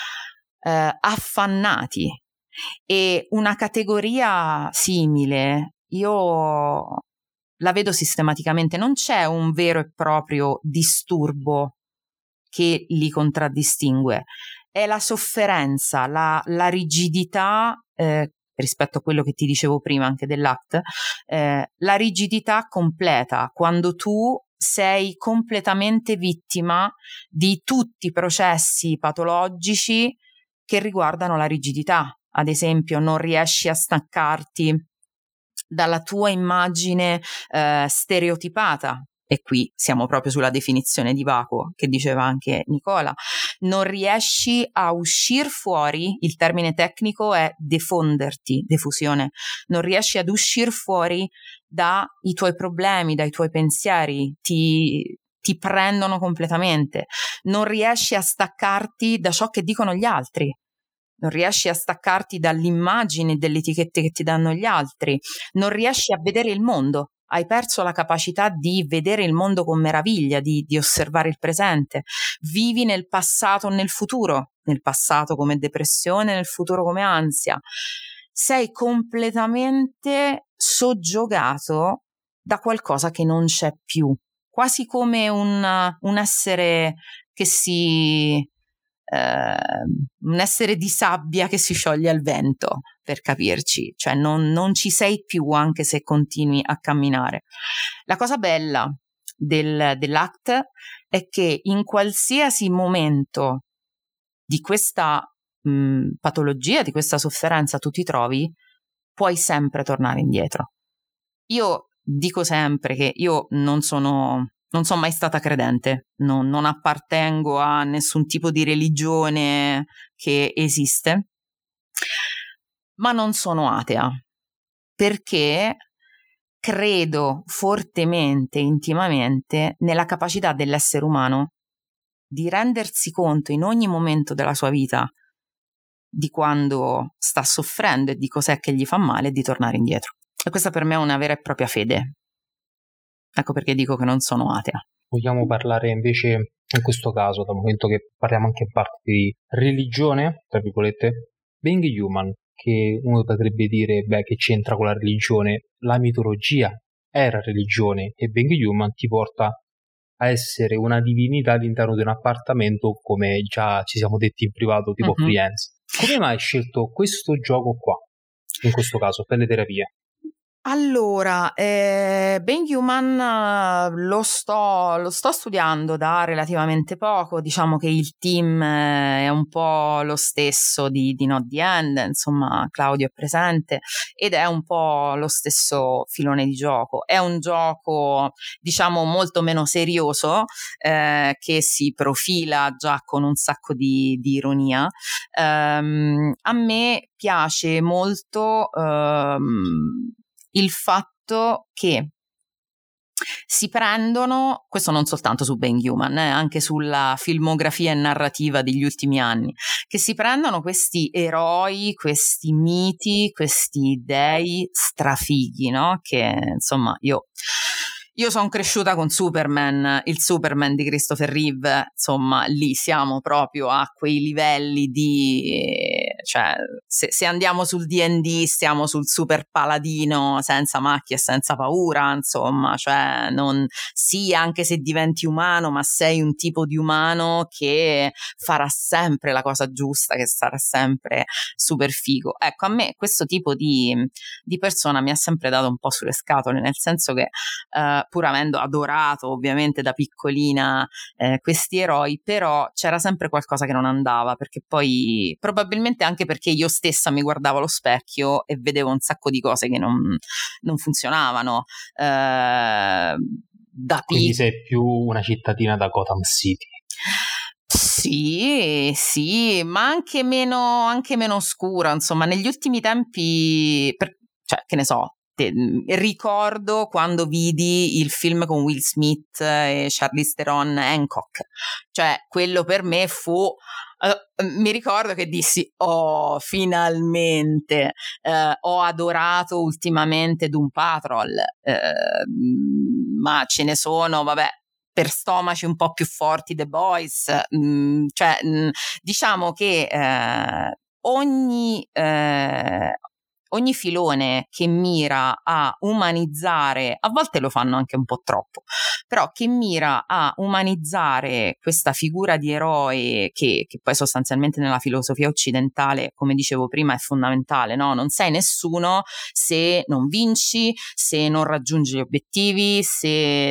affannati. E una categoria simile io la vedo sistematicamente, non c'è un vero e proprio disturbo che li contraddistingue, è la sofferenza, la rigidità rispetto a quello che ti dicevo prima anche dell'ACT, la rigidità completa, quando tu sei completamente vittima di tutti i processi patologici che riguardano la rigidità. Ad esempio, non riesci a staccarti dalla tua immagine stereotipata. E qui siamo proprio sulla definizione di vacuo che diceva anche Nicola, non riesci a uscire fuori, il termine tecnico è defusione, non riesci ad uscire fuori dai tuoi problemi, dai tuoi pensieri, ti prendono completamente, non riesci a staccarti da ciò che dicono gli altri, non riesci a staccarti dall'immagine, delle etichette che ti danno gli altri, non riesci a vedere il mondo. Hai perso la capacità di vedere il mondo con meraviglia, di osservare il presente. Vivi nel passato o nel futuro, nel passato come depressione, nel futuro come ansia. Sei completamente soggiogato da qualcosa che non c'è più, quasi come un essere che un essere di sabbia che si scioglie al vento, per capirci, cioè non ci sei più anche se continui a camminare. La cosa bella dell'ACT è che in qualsiasi momento di questa patologia, di questa sofferenza tu ti trovi, puoi sempre tornare indietro. Io dico sempre che io non sono mai stata credente, non appartengo a nessun tipo di religione che esiste, ma non sono atea, perché credo fortemente, intimamente, nella capacità dell'essere umano di rendersi conto in ogni momento della sua vita di quando sta soffrendo e di cos'è che gli fa male e di tornare indietro. E questa per me è una vera e propria fede. Ecco perché dico che non sono atea. Vogliamo parlare invece, in questo caso, dal momento che parliamo anche in parte di religione, tra virgolette, Being Human, che uno potrebbe dire, che c'entra con la religione? La mitologia era religione e Being Human ti porta a essere una divinità all'interno di un appartamento, come già ci siamo detti in privato, tipo Friends. Come mai hai scelto questo gioco qua, in questo caso, per le terapie? Allora, Being Human lo sto studiando da relativamente poco, diciamo che il team è un po' lo stesso di Not the End, insomma Claudio è presente ed è un po' lo stesso filone di gioco. È un gioco diciamo molto meno serioso, che si profila già con un sacco di ironia. A me piace molto il fatto che si prendono, questo non soltanto su Being Human, anche sulla filmografia e narrativa degli ultimi anni, che si prendono questi eroi, questi miti, questi dei strafighi, no? Che insomma io Io sono cresciuta con Superman, il Superman di Christopher Reeve, insomma, lì siamo proprio a quei livelli cioè, se andiamo sul D&D stiamo sul super paladino senza macchie e senza paura, insomma, cioè sì, anche se diventi umano, ma sei un tipo di umano che farà sempre la cosa giusta, che sarà sempre super figo. Ecco, a me questo tipo di persona mi ha sempre dato un po' sulle scatole, nel senso che pur avendo adorato ovviamente da piccolina questi eroi, però c'era sempre qualcosa che non andava, perché poi probabilmente anche perché io stessa mi guardavo allo specchio e vedevo un sacco di cose che non funzionavano. Quindi sei più una cittadina da Gotham City. Sì, ma anche meno oscura, insomma, negli ultimi tempi, cioè, che ne so, ricordo quando vidi il film con Will Smith e Charlize Theron, Hancock, cioè quello per me fu mi ricordo che dissi finalmente ho adorato ultimamente Doom Patrol, ma ce ne sono, vabbè, per stomaci un po' più forti, The Boys, cioè diciamo che ogni filone che mira a umanizzare, a volte lo fanno anche un po' troppo, però che mira a umanizzare questa figura di eroe che poi sostanzialmente nella filosofia occidentale, come dicevo prima, è fondamentale, no? Non sei nessuno se non vinci, se non raggiungi gli obiettivi, se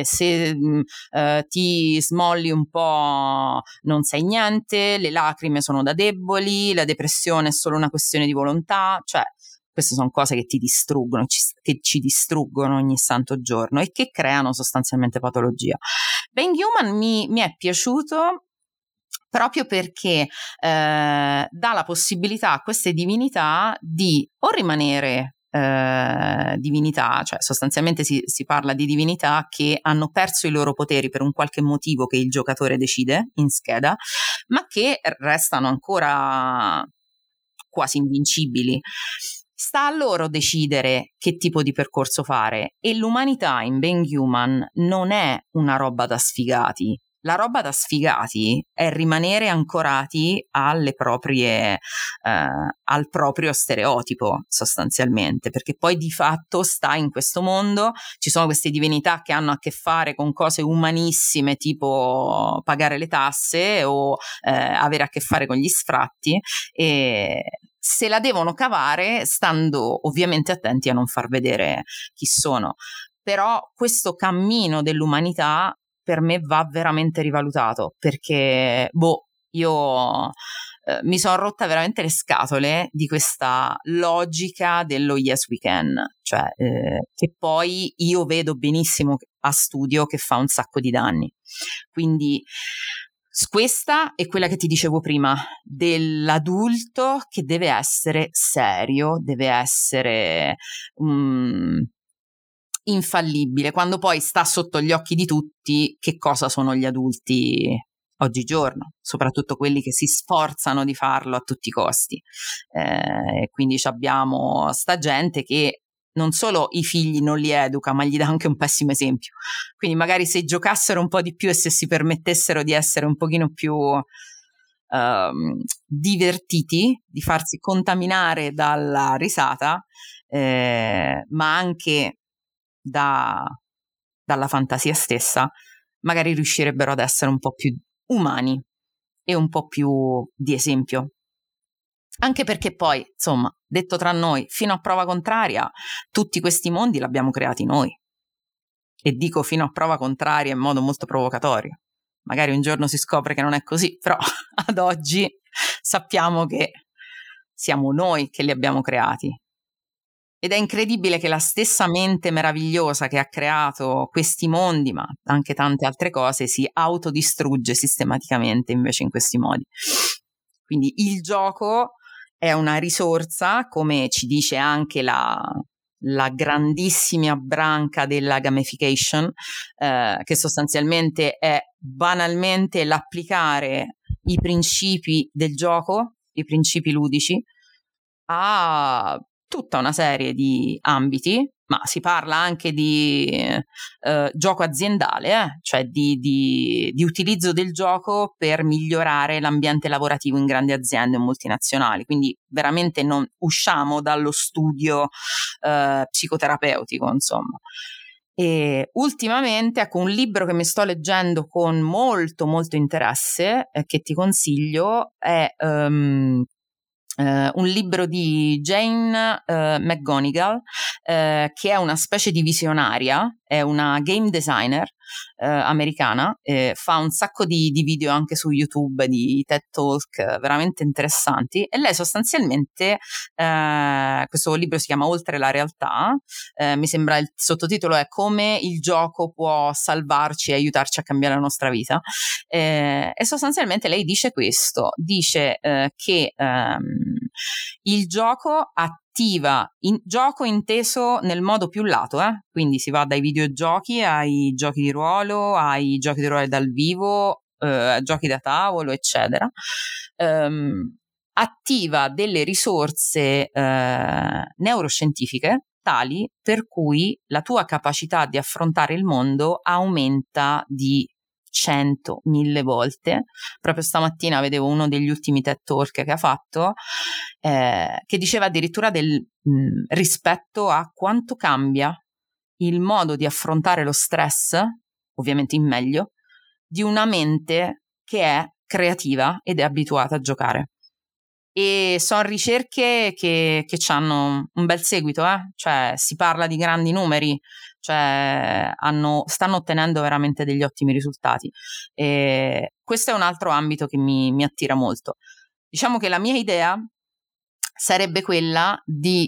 ti smolli un po' non sei niente, le lacrime sono da deboli, la depressione è solo una questione di volontà, cioè queste sono cose che ti distruggono, che ci distruggono ogni santo giorno e che creano sostanzialmente patologia. Being Human mi è piaciuto proprio perché dà la possibilità a queste divinità di o rimanere divinità, cioè sostanzialmente si parla di divinità che hanno perso i loro poteri per un qualche motivo che il giocatore decide in scheda, ma che restano ancora quasi invincibili. Sta a loro decidere che tipo di percorso fare, e l'umanità in Being Human non è una roba da sfigati. La roba da sfigati è rimanere ancorati alle proprie, al proprio stereotipo sostanzialmente, perché poi di fatto sta in questo mondo, ci sono queste divinità che hanno a che fare con cose umanissime tipo pagare le tasse o avere a che fare con gli sfratti, e se la devono cavare stando ovviamente attenti a non far vedere chi sono. Però questo cammino dell'umanità per me va veramente rivalutato, perché io mi sono rotta veramente le scatole di questa logica dello yes we can, cioè che poi io vedo benissimo a studio che fa un sacco di danni. Quindi questa è quella che ti dicevo prima, dell'adulto che deve essere serio, deve essere infallibile, quando poi sta sotto gli occhi di tutti che cosa sono gli adulti oggigiorno, soprattutto quelli che si sforzano di farlo a tutti i costi. Quindi abbiamo sta gente che non solo i figli non li educa, ma gli dà anche un pessimo esempio. Quindi magari se giocassero un po' di più e se si permettessero di essere un pochino più divertiti, di farsi contaminare dalla risata, ma anche dalla fantasia stessa, magari riuscirebbero ad essere un po' più umani e un po' più di esempio. Anche perché poi, insomma, detto tra noi, fino a prova contraria, tutti questi mondi l'abbiamo creati noi. E dico fino a prova contraria in modo molto provocatorio. Magari un giorno si scopre che non è così, però ad oggi sappiamo che siamo noi che li abbiamo creati. Ed è incredibile che la stessa mente meravigliosa che ha creato questi mondi, ma anche tante altre cose, si autodistrugge sistematicamente invece in questi modi. Quindi il gioco è una risorsa, come ci dice anche la grandissima branca della gamification, che sostanzialmente è banalmente l'applicare i principi del gioco, i principi ludici, a tutta una serie di ambiti, ma si parla anche di gioco aziendale, cioè di utilizzo del gioco per migliorare l'ambiente lavorativo in grandi aziende o multinazionali, quindi veramente non usciamo dallo studio psicoterapeutico, insomma. E ultimamente, ecco, un libro che mi sto leggendo con molto molto interesse, che ti consiglio, è un libro di Jane McGonigal, che è una specie di visionaria, è una game designer americana, fa un sacco di video anche su YouTube, di TED Talk veramente interessanti, e lei sostanzialmente, questo libro si chiama Oltre la realtà, mi sembra il sottotitolo è Come il gioco può salvarci e aiutarci a cambiare la nostra vita, e sostanzialmente lei dice questo, dice che il gioco attiva, gioco inteso nel modo più lato, quindi si va dai videogiochi ai giochi di ruolo, ai giochi di ruolo dal vivo, giochi da tavolo, eccetera, attiva delle risorse neuroscientifiche tali per cui la tua capacità di affrontare il mondo aumenta di 100, 1000 volte. Proprio stamattina vedevo uno degli ultimi TED Talk che ha fatto, che diceva addirittura del rispetto a quanto cambia il modo di affrontare lo stress, ovviamente in meglio, di una mente che è creativa ed è abituata a giocare. E sono ricerche che hanno un bel seguito, cioè si parla di grandi numeri, cioè stanno ottenendo veramente degli ottimi risultati. E questo è un altro ambito che mi attira molto. Diciamo che la mia idea sarebbe quella di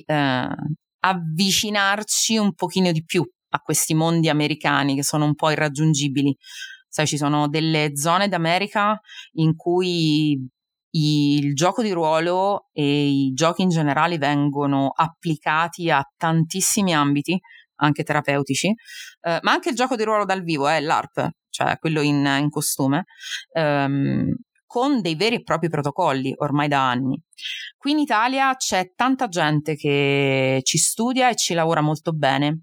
avvicinarci un pochino di più a questi mondi americani che sono un po' irraggiungibili. Sai, ci sono delle zone d'America in cui il gioco di ruolo e i giochi in generale vengono applicati a tantissimi ambiti, anche terapeutici, ma anche il gioco di ruolo dal vivo, l'ARP, cioè quello in costume, con dei veri e propri protocolli ormai da anni. Qui in Italia c'è tanta gente che ci studia e ci lavora molto bene.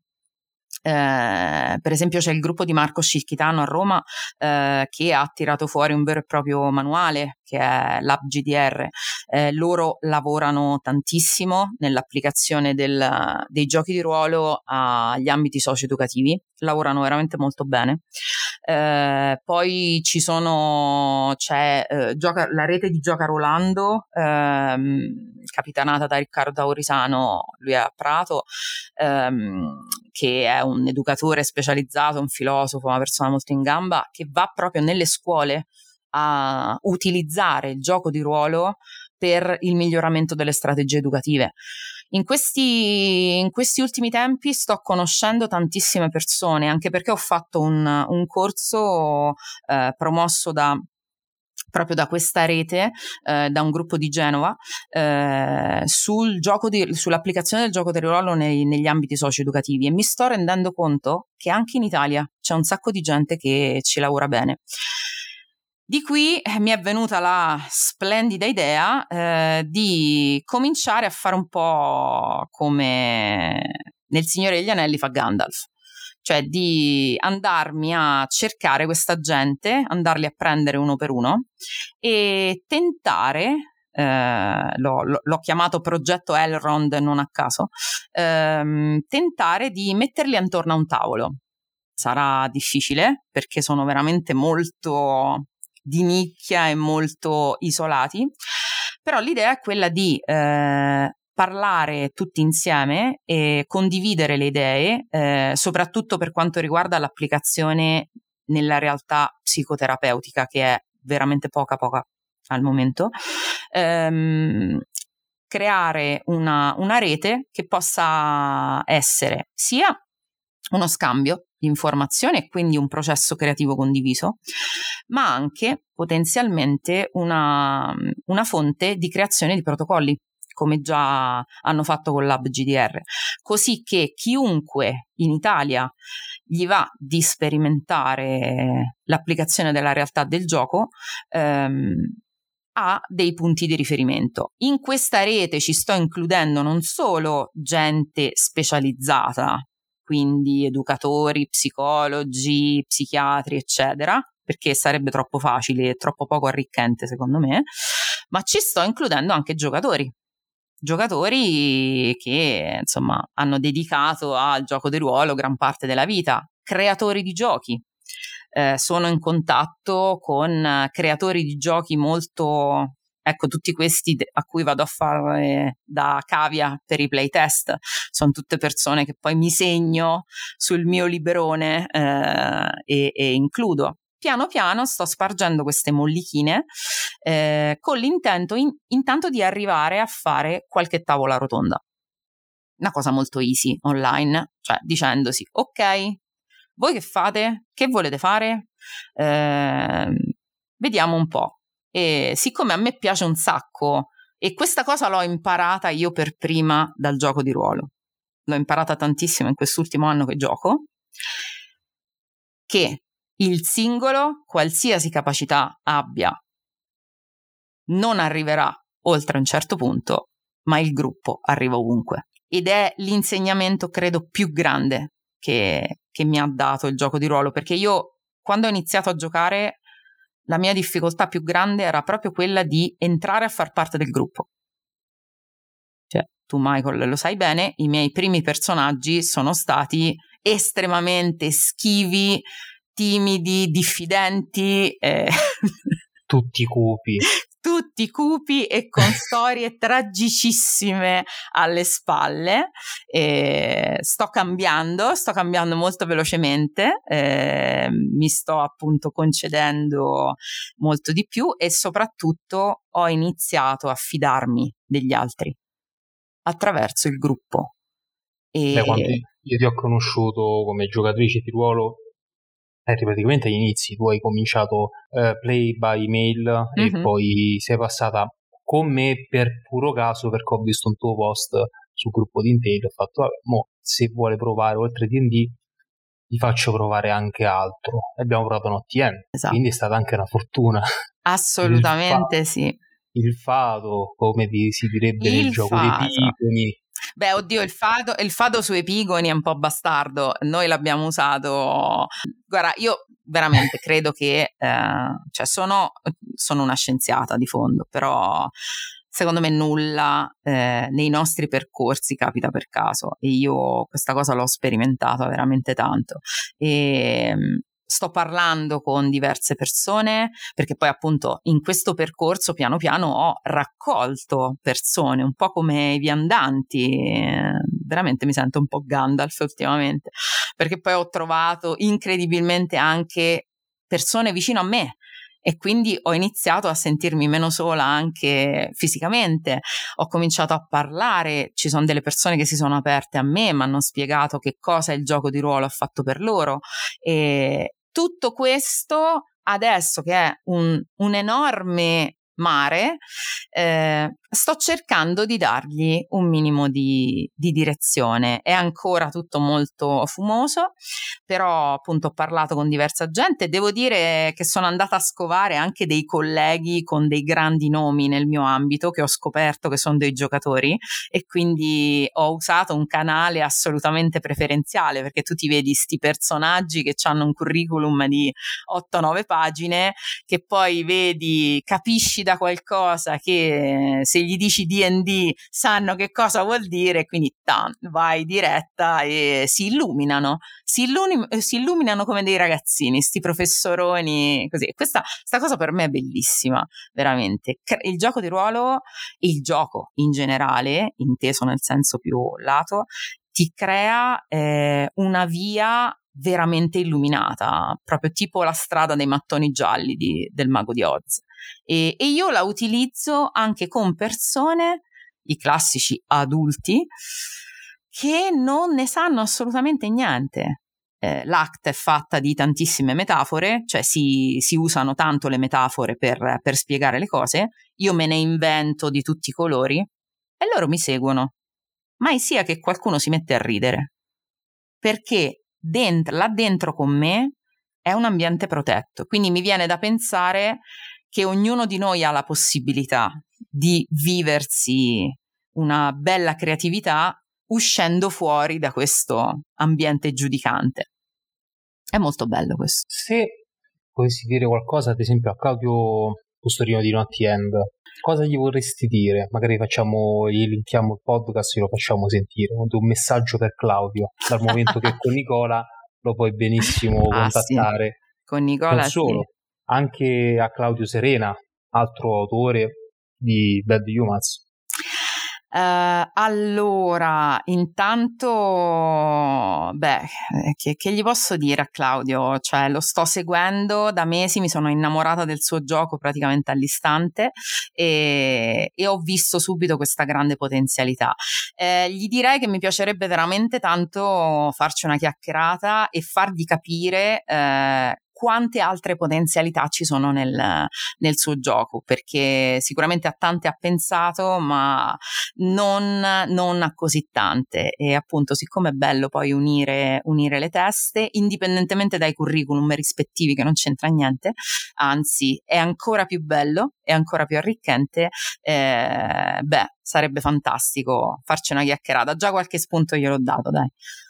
Per esempio c'è il gruppo di Marco Scicchitano a Roma, che ha tirato fuori un vero e proprio manuale che è LabGDR. Loro lavorano tantissimo nell'applicazione dei giochi di ruolo agli ambiti socio-educativi, lavorano veramente molto bene. Poi c'è la rete di Gioca Rolando, capitanata da Riccardo Aurisano, lui è a Prato, che è un educatore specializzato, un filosofo, una persona molto in gamba, che va proprio nelle scuole a utilizzare il gioco di ruolo per il miglioramento delle strategie educative. In questi ultimi tempi sto conoscendo tantissime persone, anche perché ho fatto un corso promosso proprio da questa rete, da un gruppo di Genova, sull'applicazione del gioco di ruolo negli ambiti socio-educativi, e mi sto rendendo conto che anche in Italia c'è un sacco di gente che ci lavora bene. Di qui mi è venuta la splendida idea di cominciare a fare un po' come nel Signore degli Anelli fa Gandalf, cioè di andarmi a cercare questa gente, andarli a prendere uno per uno e tentare, l'ho chiamato progetto Elrond non a caso, tentare di metterli attorno a un tavolo. Sarà difficile perché sono veramente molto di nicchia e molto isolati, però l'idea è quella di parlare tutti insieme e condividere le idee, soprattutto per quanto riguarda l'applicazione nella realtà psicoterapeutica, che è veramente poca al momento, creare una rete che possa essere sia uno scambio di informazioni e quindi un processo creativo condiviso, ma anche potenzialmente una fonte di creazione di protocolli, come già hanno fatto con LabGDR, così che chiunque in Italia gli va di sperimentare l'applicazione della realtà del gioco ha dei punti di riferimento. In questa rete ci sto includendo non solo gente specializzata, quindi educatori, psicologi, psichiatri, eccetera, perché sarebbe troppo facile e troppo poco arricchente secondo me, ma ci sto includendo anche giocatori che insomma hanno dedicato al gioco di ruolo gran parte della vita, creatori di giochi. Sono in contatto con creatori di giochi molto, ecco, tutti questi a cui vado a fare da cavia per i playtest sono tutte persone che poi mi segno sul mio librone e includo. Piano piano sto spargendo queste mollichine con l'intento intanto di arrivare a fare qualche tavola rotonda. Una cosa molto easy online, cioè dicendosi ok, voi che fate? Che volete fare? Vediamo un po'. E siccome a me piace un sacco, e questa cosa l'ho imparata io per prima dal gioco di ruolo, l'ho imparata tantissimo in quest'ultimo anno che gioco, che il singolo, qualsiasi capacità abbia, non arriverà oltre un certo punto, ma il gruppo arriva ovunque. Ed è l'insegnamento, credo, più grande che mi ha dato il gioco di ruolo, perché io, quando ho iniziato a giocare, la mia difficoltà più grande era proprio quella di entrare a far parte del gruppo. Cioè, tu Michael lo sai bene, i miei primi personaggi sono stati estremamente schivi, timidi, diffidenti, tutti cupi e con storie tragicissime alle spalle. Sto cambiando molto velocemente, mi sto appunto concedendo molto di più e soprattutto ho iniziato a fidarmi degli altri attraverso il gruppo. Quando io ti ho conosciuto come giocatrice di ruolo, eri praticamente agli inizi, tu hai cominciato play by email e poi sei passata con me per puro caso, perché ho visto un tuo post sul gruppo di Intel, ho fatto vabbè, mo se vuole provare oltre D&D gli faccio provare anche altro, e abbiamo provato un OTN, esatto. Quindi è stata anche una fortuna. Assolutamente sì. Il fado, come si direbbe nel gioco dei Epigoni. Beh, oddio, il fado su Epigoni è un po' bastardo, noi l'abbiamo usato. Guarda, io veramente credo che cioè sono una scienziata di fondo, però secondo me nulla nei nostri percorsi capita per caso, e io questa cosa l'ho sperimentata veramente tanto. E sto parlando con diverse persone, perché poi appunto in questo percorso piano piano ho raccolto persone, un po' come i viandanti, veramente mi sento un po' Gandalf ultimamente, perché poi ho trovato incredibilmente anche persone vicino a me, e quindi ho iniziato a sentirmi meno sola anche fisicamente, ho cominciato a parlare, ci sono delle persone che si sono aperte a me, mi hanno spiegato che cosa il gioco di ruolo ha fatto per loro, e tutto questo adesso che è un enorme mare, sto cercando di dargli un minimo di direzione. È ancora tutto molto fumoso, però appunto ho parlato con diversa gente, devo dire che sono andata a scovare anche dei colleghi con dei grandi nomi nel mio ambito, che ho scoperto che sono dei giocatori, e quindi ho usato un canale assolutamente preferenziale, perché tu ti vedi sti personaggi che hanno un curriculum di 8-9 pagine, che poi vedi, capisci da qualcosa che se gli dici D&D sanno che cosa vuol dire, quindi vai diretta e si illuminano come dei ragazzini, sti professoroni così. Questa cosa per me è bellissima, veramente. Il gioco di ruolo, il gioco in generale, inteso nel senso più lato, ti crea una via veramente illuminata, proprio tipo la strada dei mattoni gialli del Mago di Oz, e io la utilizzo anche con persone, i classici adulti, che non ne sanno assolutamente niente. L'ACT è fatta di tantissime metafore, cioè si usano tanto le metafore per spiegare le cose, io me ne invento di tutti i colori e loro mi seguono, mai sia che qualcuno si mette a ridere, perché là dentro con me è un ambiente protetto, quindi mi viene da pensare che ognuno di noi ha la possibilità di viversi una bella creatività uscendo fuori da questo ambiente giudicante. È molto bello questo. Se volessi dire qualcosa, ad esempio, a Claudio Custorino di Naughty End, cosa gli vorresti dire? Magari gli linkiamo il podcast e lo facciamo sentire. Un messaggio per Claudio, dal momento che con Nicola lo puoi benissimo contattare. Sì. Con Nicola non solo, sì. Anche a Claudio Serena, altro autore di Bad Humans. Allora, intanto, che gli posso dire a Claudio? Cioè, lo sto seguendo da mesi, mi sono innamorata del suo gioco praticamente all'istante e ho visto subito questa grande potenzialità. Gli direi che mi piacerebbe veramente tanto farci una chiacchierata e fargli capire quante altre potenzialità ci sono nel suo gioco, perché sicuramente a tante ha pensato, ma non a così tante. E appunto, siccome è bello poi unire le teste, indipendentemente dai curriculum rispettivi, che non c'entra niente, anzi è ancora più bello, è ancora più arricchente, sarebbe fantastico farci una chiacchierata. Già qualche spunto gliel'ho dato, dai.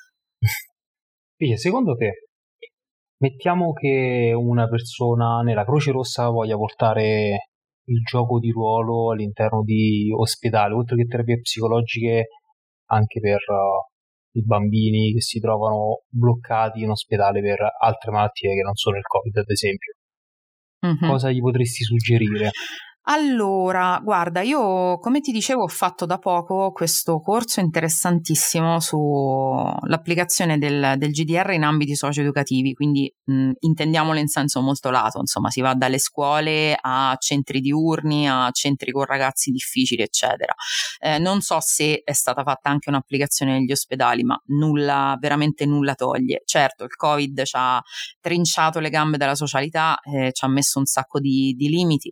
Secondo te, mettiamo che una persona nella Croce Rossa voglia portare il gioco di ruolo all'interno di ospedali, oltre che terapie psicologiche, anche per i bambini che si trovano bloccati in ospedale per altre malattie che non sono il Covid, ad esempio. Mm-hmm. Cosa gli potresti suggerire? Allora, guarda, io come ti dicevo ho fatto da poco questo corso interessantissimo sull'applicazione del GDR in ambiti socio-educativi, quindi intendiamolo in senso molto lato, insomma si va dalle scuole a centri diurni, a centri con ragazzi difficili, eccetera. Non so se è stata fatta anche un'applicazione negli ospedali, ma nulla, veramente nulla toglie. Certo, il Covid ci ha trinciato le gambe dalla socialità, ci ha messo un sacco di limiti,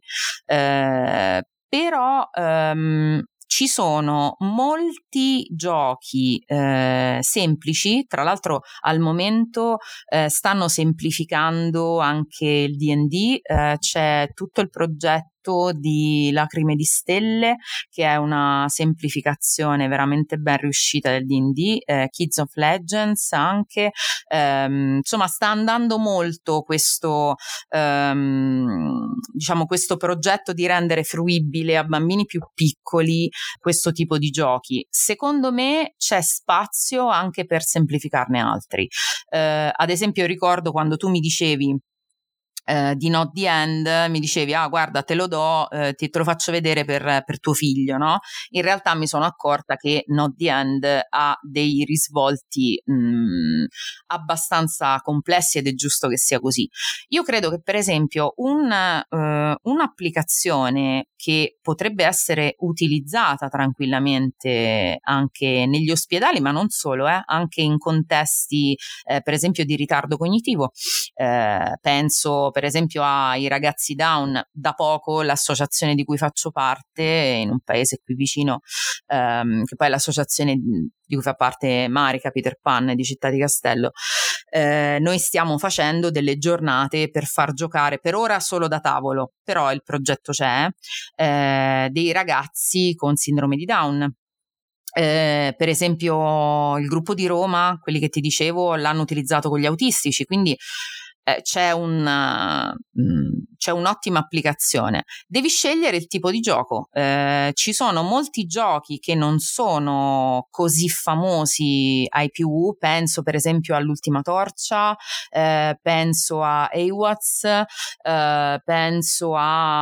però ci sono molti giochi semplici, tra l'altro al momento stanno semplificando anche il D&D, c'è tutto il progetto di Lacrime di Stelle, che è una semplificazione veramente ben riuscita del D&D, Kids of Legends anche, insomma sta andando molto questo diciamo questo progetto di rendere fruibile a bambini più piccoli questo tipo di giochi. Secondo me c'è spazio anche per semplificarne altri, ad esempio ricordo quando tu mi dicevi di Not the End, mi dicevi guarda te lo do, te lo faccio vedere per tuo figlio, no? In realtà mi sono accorta che Not the End ha dei risvolti abbastanza complessi ed è giusto che sia così. Io credo che per esempio un'applicazione che potrebbe essere utilizzata tranquillamente anche negli ospedali, ma non solo, anche in contesti per esempio di ritardo cognitivo, penso per esempio ai ragazzi Down. Da poco l'associazione di cui faccio parte in un paese qui vicino, che poi è l'associazione di cui fa parte Marica Peter Pan di Città di Castello, noi stiamo facendo delle giornate per far giocare, per ora solo da tavolo, però il progetto c'è, dei ragazzi con sindrome di Down. Per esempio il gruppo di Roma, quelli che ti dicevo, l'hanno utilizzato con gli autistici, quindi c'è un'ottima applicazione. Devi scegliere il tipo di gioco, ci sono molti giochi che non sono così famosi ai più, penso per esempio all'Ultima Torcia, penso a AWATS, penso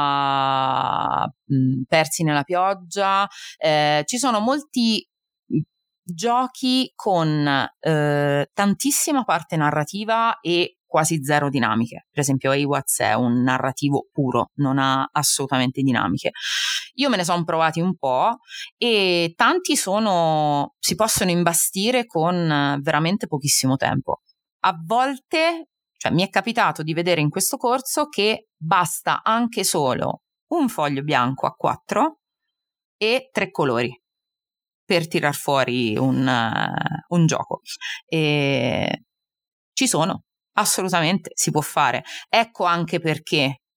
a Persi nella pioggia, ci sono molti giochi con tantissima parte narrativa e quasi zero dinamiche. Per esempio AWATS è un narrativo puro, non ha assolutamente dinamiche. Io me ne sono provati un po' e tanti si possono imbastire con veramente pochissimo tempo. A volte, cioè mi è capitato di vedere in questo corso che basta anche solo un foglio bianco a 4 e 3 colori per tirar fuori un gioco. E ci sono, assolutamente si può fare. Ecco anche perché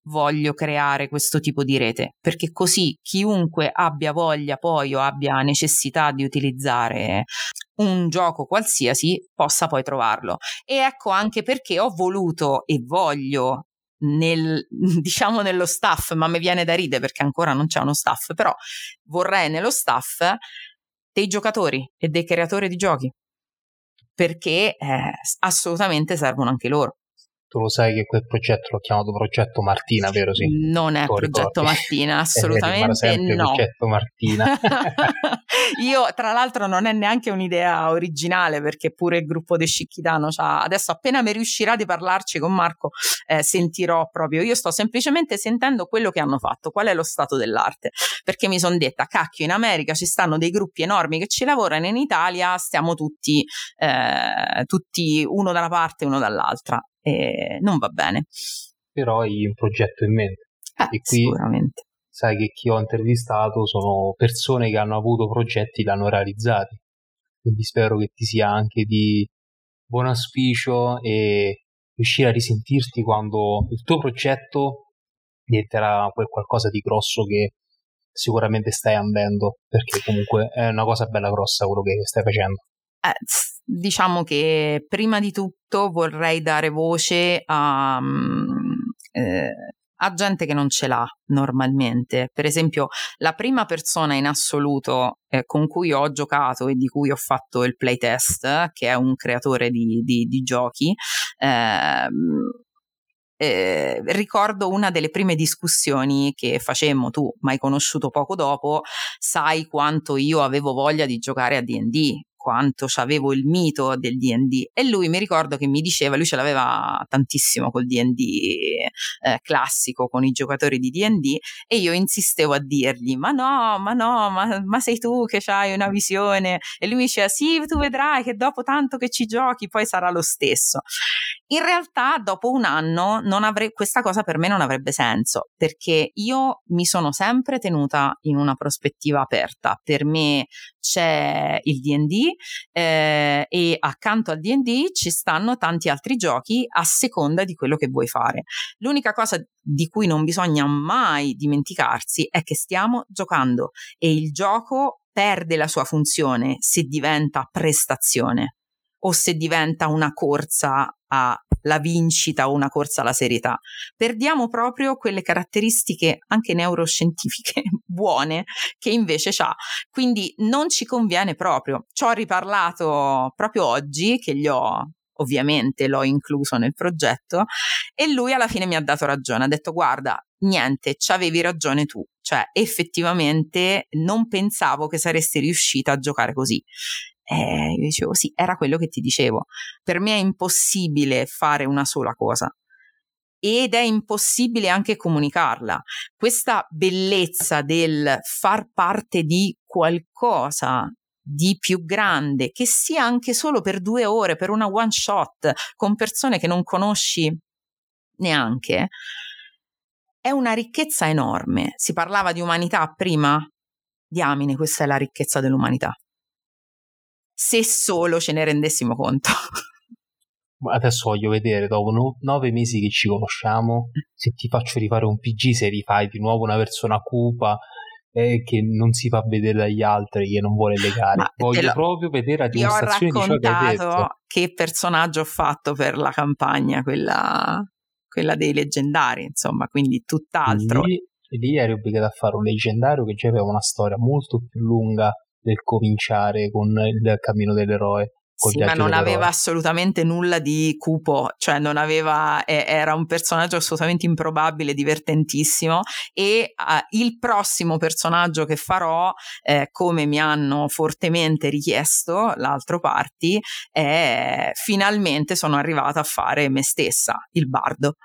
voglio creare questo tipo di rete, perché così chiunque abbia voglia poi o abbia necessità di utilizzare un gioco qualsiasi possa poi trovarlo. E ecco anche perché ho voluto e voglio diciamo nello staff, ma mi viene da ridere perché ancora non c'è uno staff, però vorrei nello staff dei giocatori e dei creatori di giochi, perché assolutamente servono anche loro. Tu lo sai che quel progetto l'ho chiamato Progetto Martina, vero? Sì. Non è Tu Progetto ricordi? Martina, assolutamente sempre no. Progetto Martina. Io, tra l'altro, non è neanche un'idea originale, perché pure il gruppo De Scicchitano adesso appena mi riuscirà di parlarci con Marco, sentirò proprio. Io sto semplicemente sentendo quello che hanno fatto, qual è lo stato dell'arte, perché mi sono detta, cacchio, in America ci stanno dei gruppi enormi che ci lavorano, in Italia stiamo tutti uno da una parte e uno dall'altra. Non va bene. Però hai un progetto in mente. E qui sicuramente. Sai che chi ho intervistato sono persone che hanno avuto progetti e li hanno realizzati. Quindi spero che ti sia anche di buon auspicio e riuscire a risentirti quando il tuo progetto diventerà poi qualcosa di grosso che sicuramente stai ambendo, perché comunque è una cosa bella grossa quello che stai facendo. Diciamo che prima di tutto vorrei dare voce a gente che non ce l'ha normalmente. Per esempio, la prima persona in assoluto con cui ho giocato e di cui ho fatto il playtest, che è un creatore di giochi, ricordo una delle prime discussioni che facemmo, tu m'hai conosciuto poco dopo, sai quanto io avevo voglia di giocare a D&D, quanto c'avevo il mito del D&D, e lui mi ricordo che mi diceva, lui ce l'aveva tantissimo col D&D classico, con i giocatori di D&D, e io insistevo a dirgli ma sei tu che c'hai una visione, e lui mi diceva sì, tu vedrai che dopo tanto che ci giochi poi sarà lo stesso. In realtà dopo un anno questa cosa per me non avrebbe senso, perché io mi sono sempre tenuta in una prospettiva aperta. Per me c'è il D&D e accanto al D&D ci stanno tanti altri giochi a seconda di quello che vuoi fare. L'unica cosa di cui non bisogna mai dimenticarsi è che stiamo giocando e il gioco perde la sua funzione se diventa prestazione o se diventa una corsa alla vincita o una corsa alla serietà. Perdiamo proprio quelle caratteristiche anche neuroscientifiche buone che invece c'ha, quindi non ci conviene proprio. Ci ho riparlato proprio oggi, che ovviamente l'ho incluso nel progetto, e lui alla fine mi ha dato ragione, ha detto guarda, niente, c'avevi ragione tu, cioè effettivamente non pensavo che saresti riuscita a giocare così. Io dicevo sì, era quello che ti dicevo, per me è impossibile fare una sola cosa ed è impossibile anche comunicarla. Questa bellezza del far parte di qualcosa di più grande, che sia anche solo per 2 ore, per una one shot, con persone che non conosci neanche, è una ricchezza enorme. Si parlava di umanità prima? Diamine, questa è la ricchezza dell'umanità. Se solo ce ne rendessimo conto. Adesso voglio vedere, dopo 9 mesi che ci conosciamo, se ti faccio rifare un PG, se rifai di nuovo una persona cupa che non si fa vedere dagli altri, che non vuole legare. Voglio proprio vedere la dimostrazione di ciò che hai detto. Ti ho raccontato che personaggio ho fatto per la campagna, quella dei leggendari, insomma, quindi tutt'altro. Lì eri obbligato a fare un leggendario che già aveva una storia molto più lunga del cominciare con il cammino dell'eroe. Sì, ma non aveva assolutamente nulla di cupo, cioè non aveva, era un personaggio assolutamente improbabile, divertentissimo, e il prossimo personaggio che farò, come mi hanno fortemente richiesto l'altro party, finalmente sono arrivata a fare me stessa, il bardo.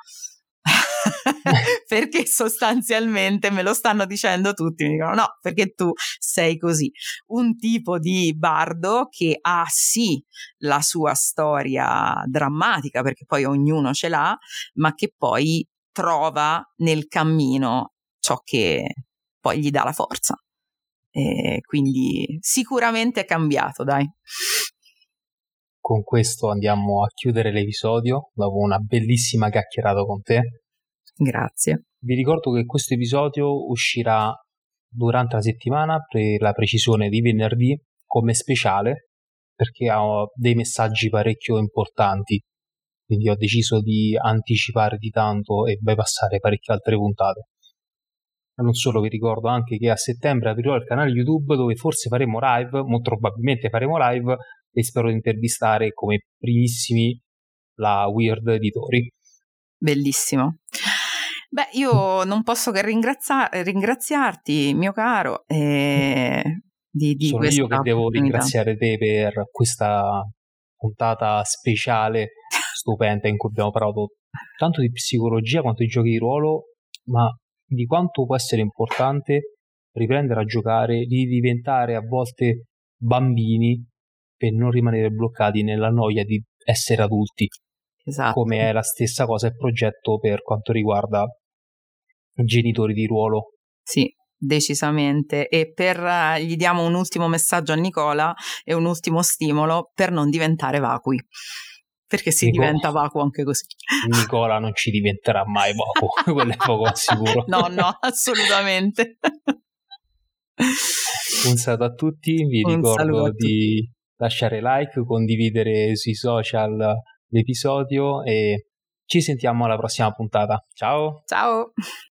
Perché sostanzialmente me lo stanno dicendo tutti, mi dicono no, perché tu sei così, un tipo di bardo che ha sì la sua storia drammatica, perché poi ognuno ce l'ha, ma che poi trova nel cammino ciò che poi gli dà la forza, e quindi sicuramente è cambiato, dai. Con questo andiamo a chiudere l'episodio dopo una bellissima chiacchierata con te. Grazie. Vi ricordo che questo episodio uscirà durante la settimana, per la precisione di venerdì, come speciale, perché ha dei messaggi parecchio importanti, quindi ho deciso di anticipare di tanto e bypassare parecchie altre puntate. E non solo, vi ricordo anche che a settembre aprirò il canale YouTube dove forse faremo live, molto probabilmente faremo live, e spero di intervistare come primissimi la Weird Editori. Bellissimo. Beh, io non posso che ringraziarti, mio caro, di Sono questa io che devo opportunità. ringraziare te per questa puntata speciale stupenda in cui abbiamo parlato tanto di psicologia quanto di giochi di ruolo, ma di quanto può essere importante riprendere a giocare, di diventare a volte bambini per non rimanere bloccati nella noia di essere adulti. Esatto. Come è la stessa cosa il progetto per quanto riguarda i genitori di ruolo. Sì, decisamente. E gli diamo un ultimo messaggio a Nicola e un ultimo stimolo per non diventare vacui, perché si diventa vacuo anche così. Nicola non ci diventerà mai vacuo, quello è poco sicuro. No, assolutamente. Un saluto a tutti, vi ricordo di lasciare like, condividere sui social l'episodio e ci sentiamo alla prossima puntata. Ciao! Ciao!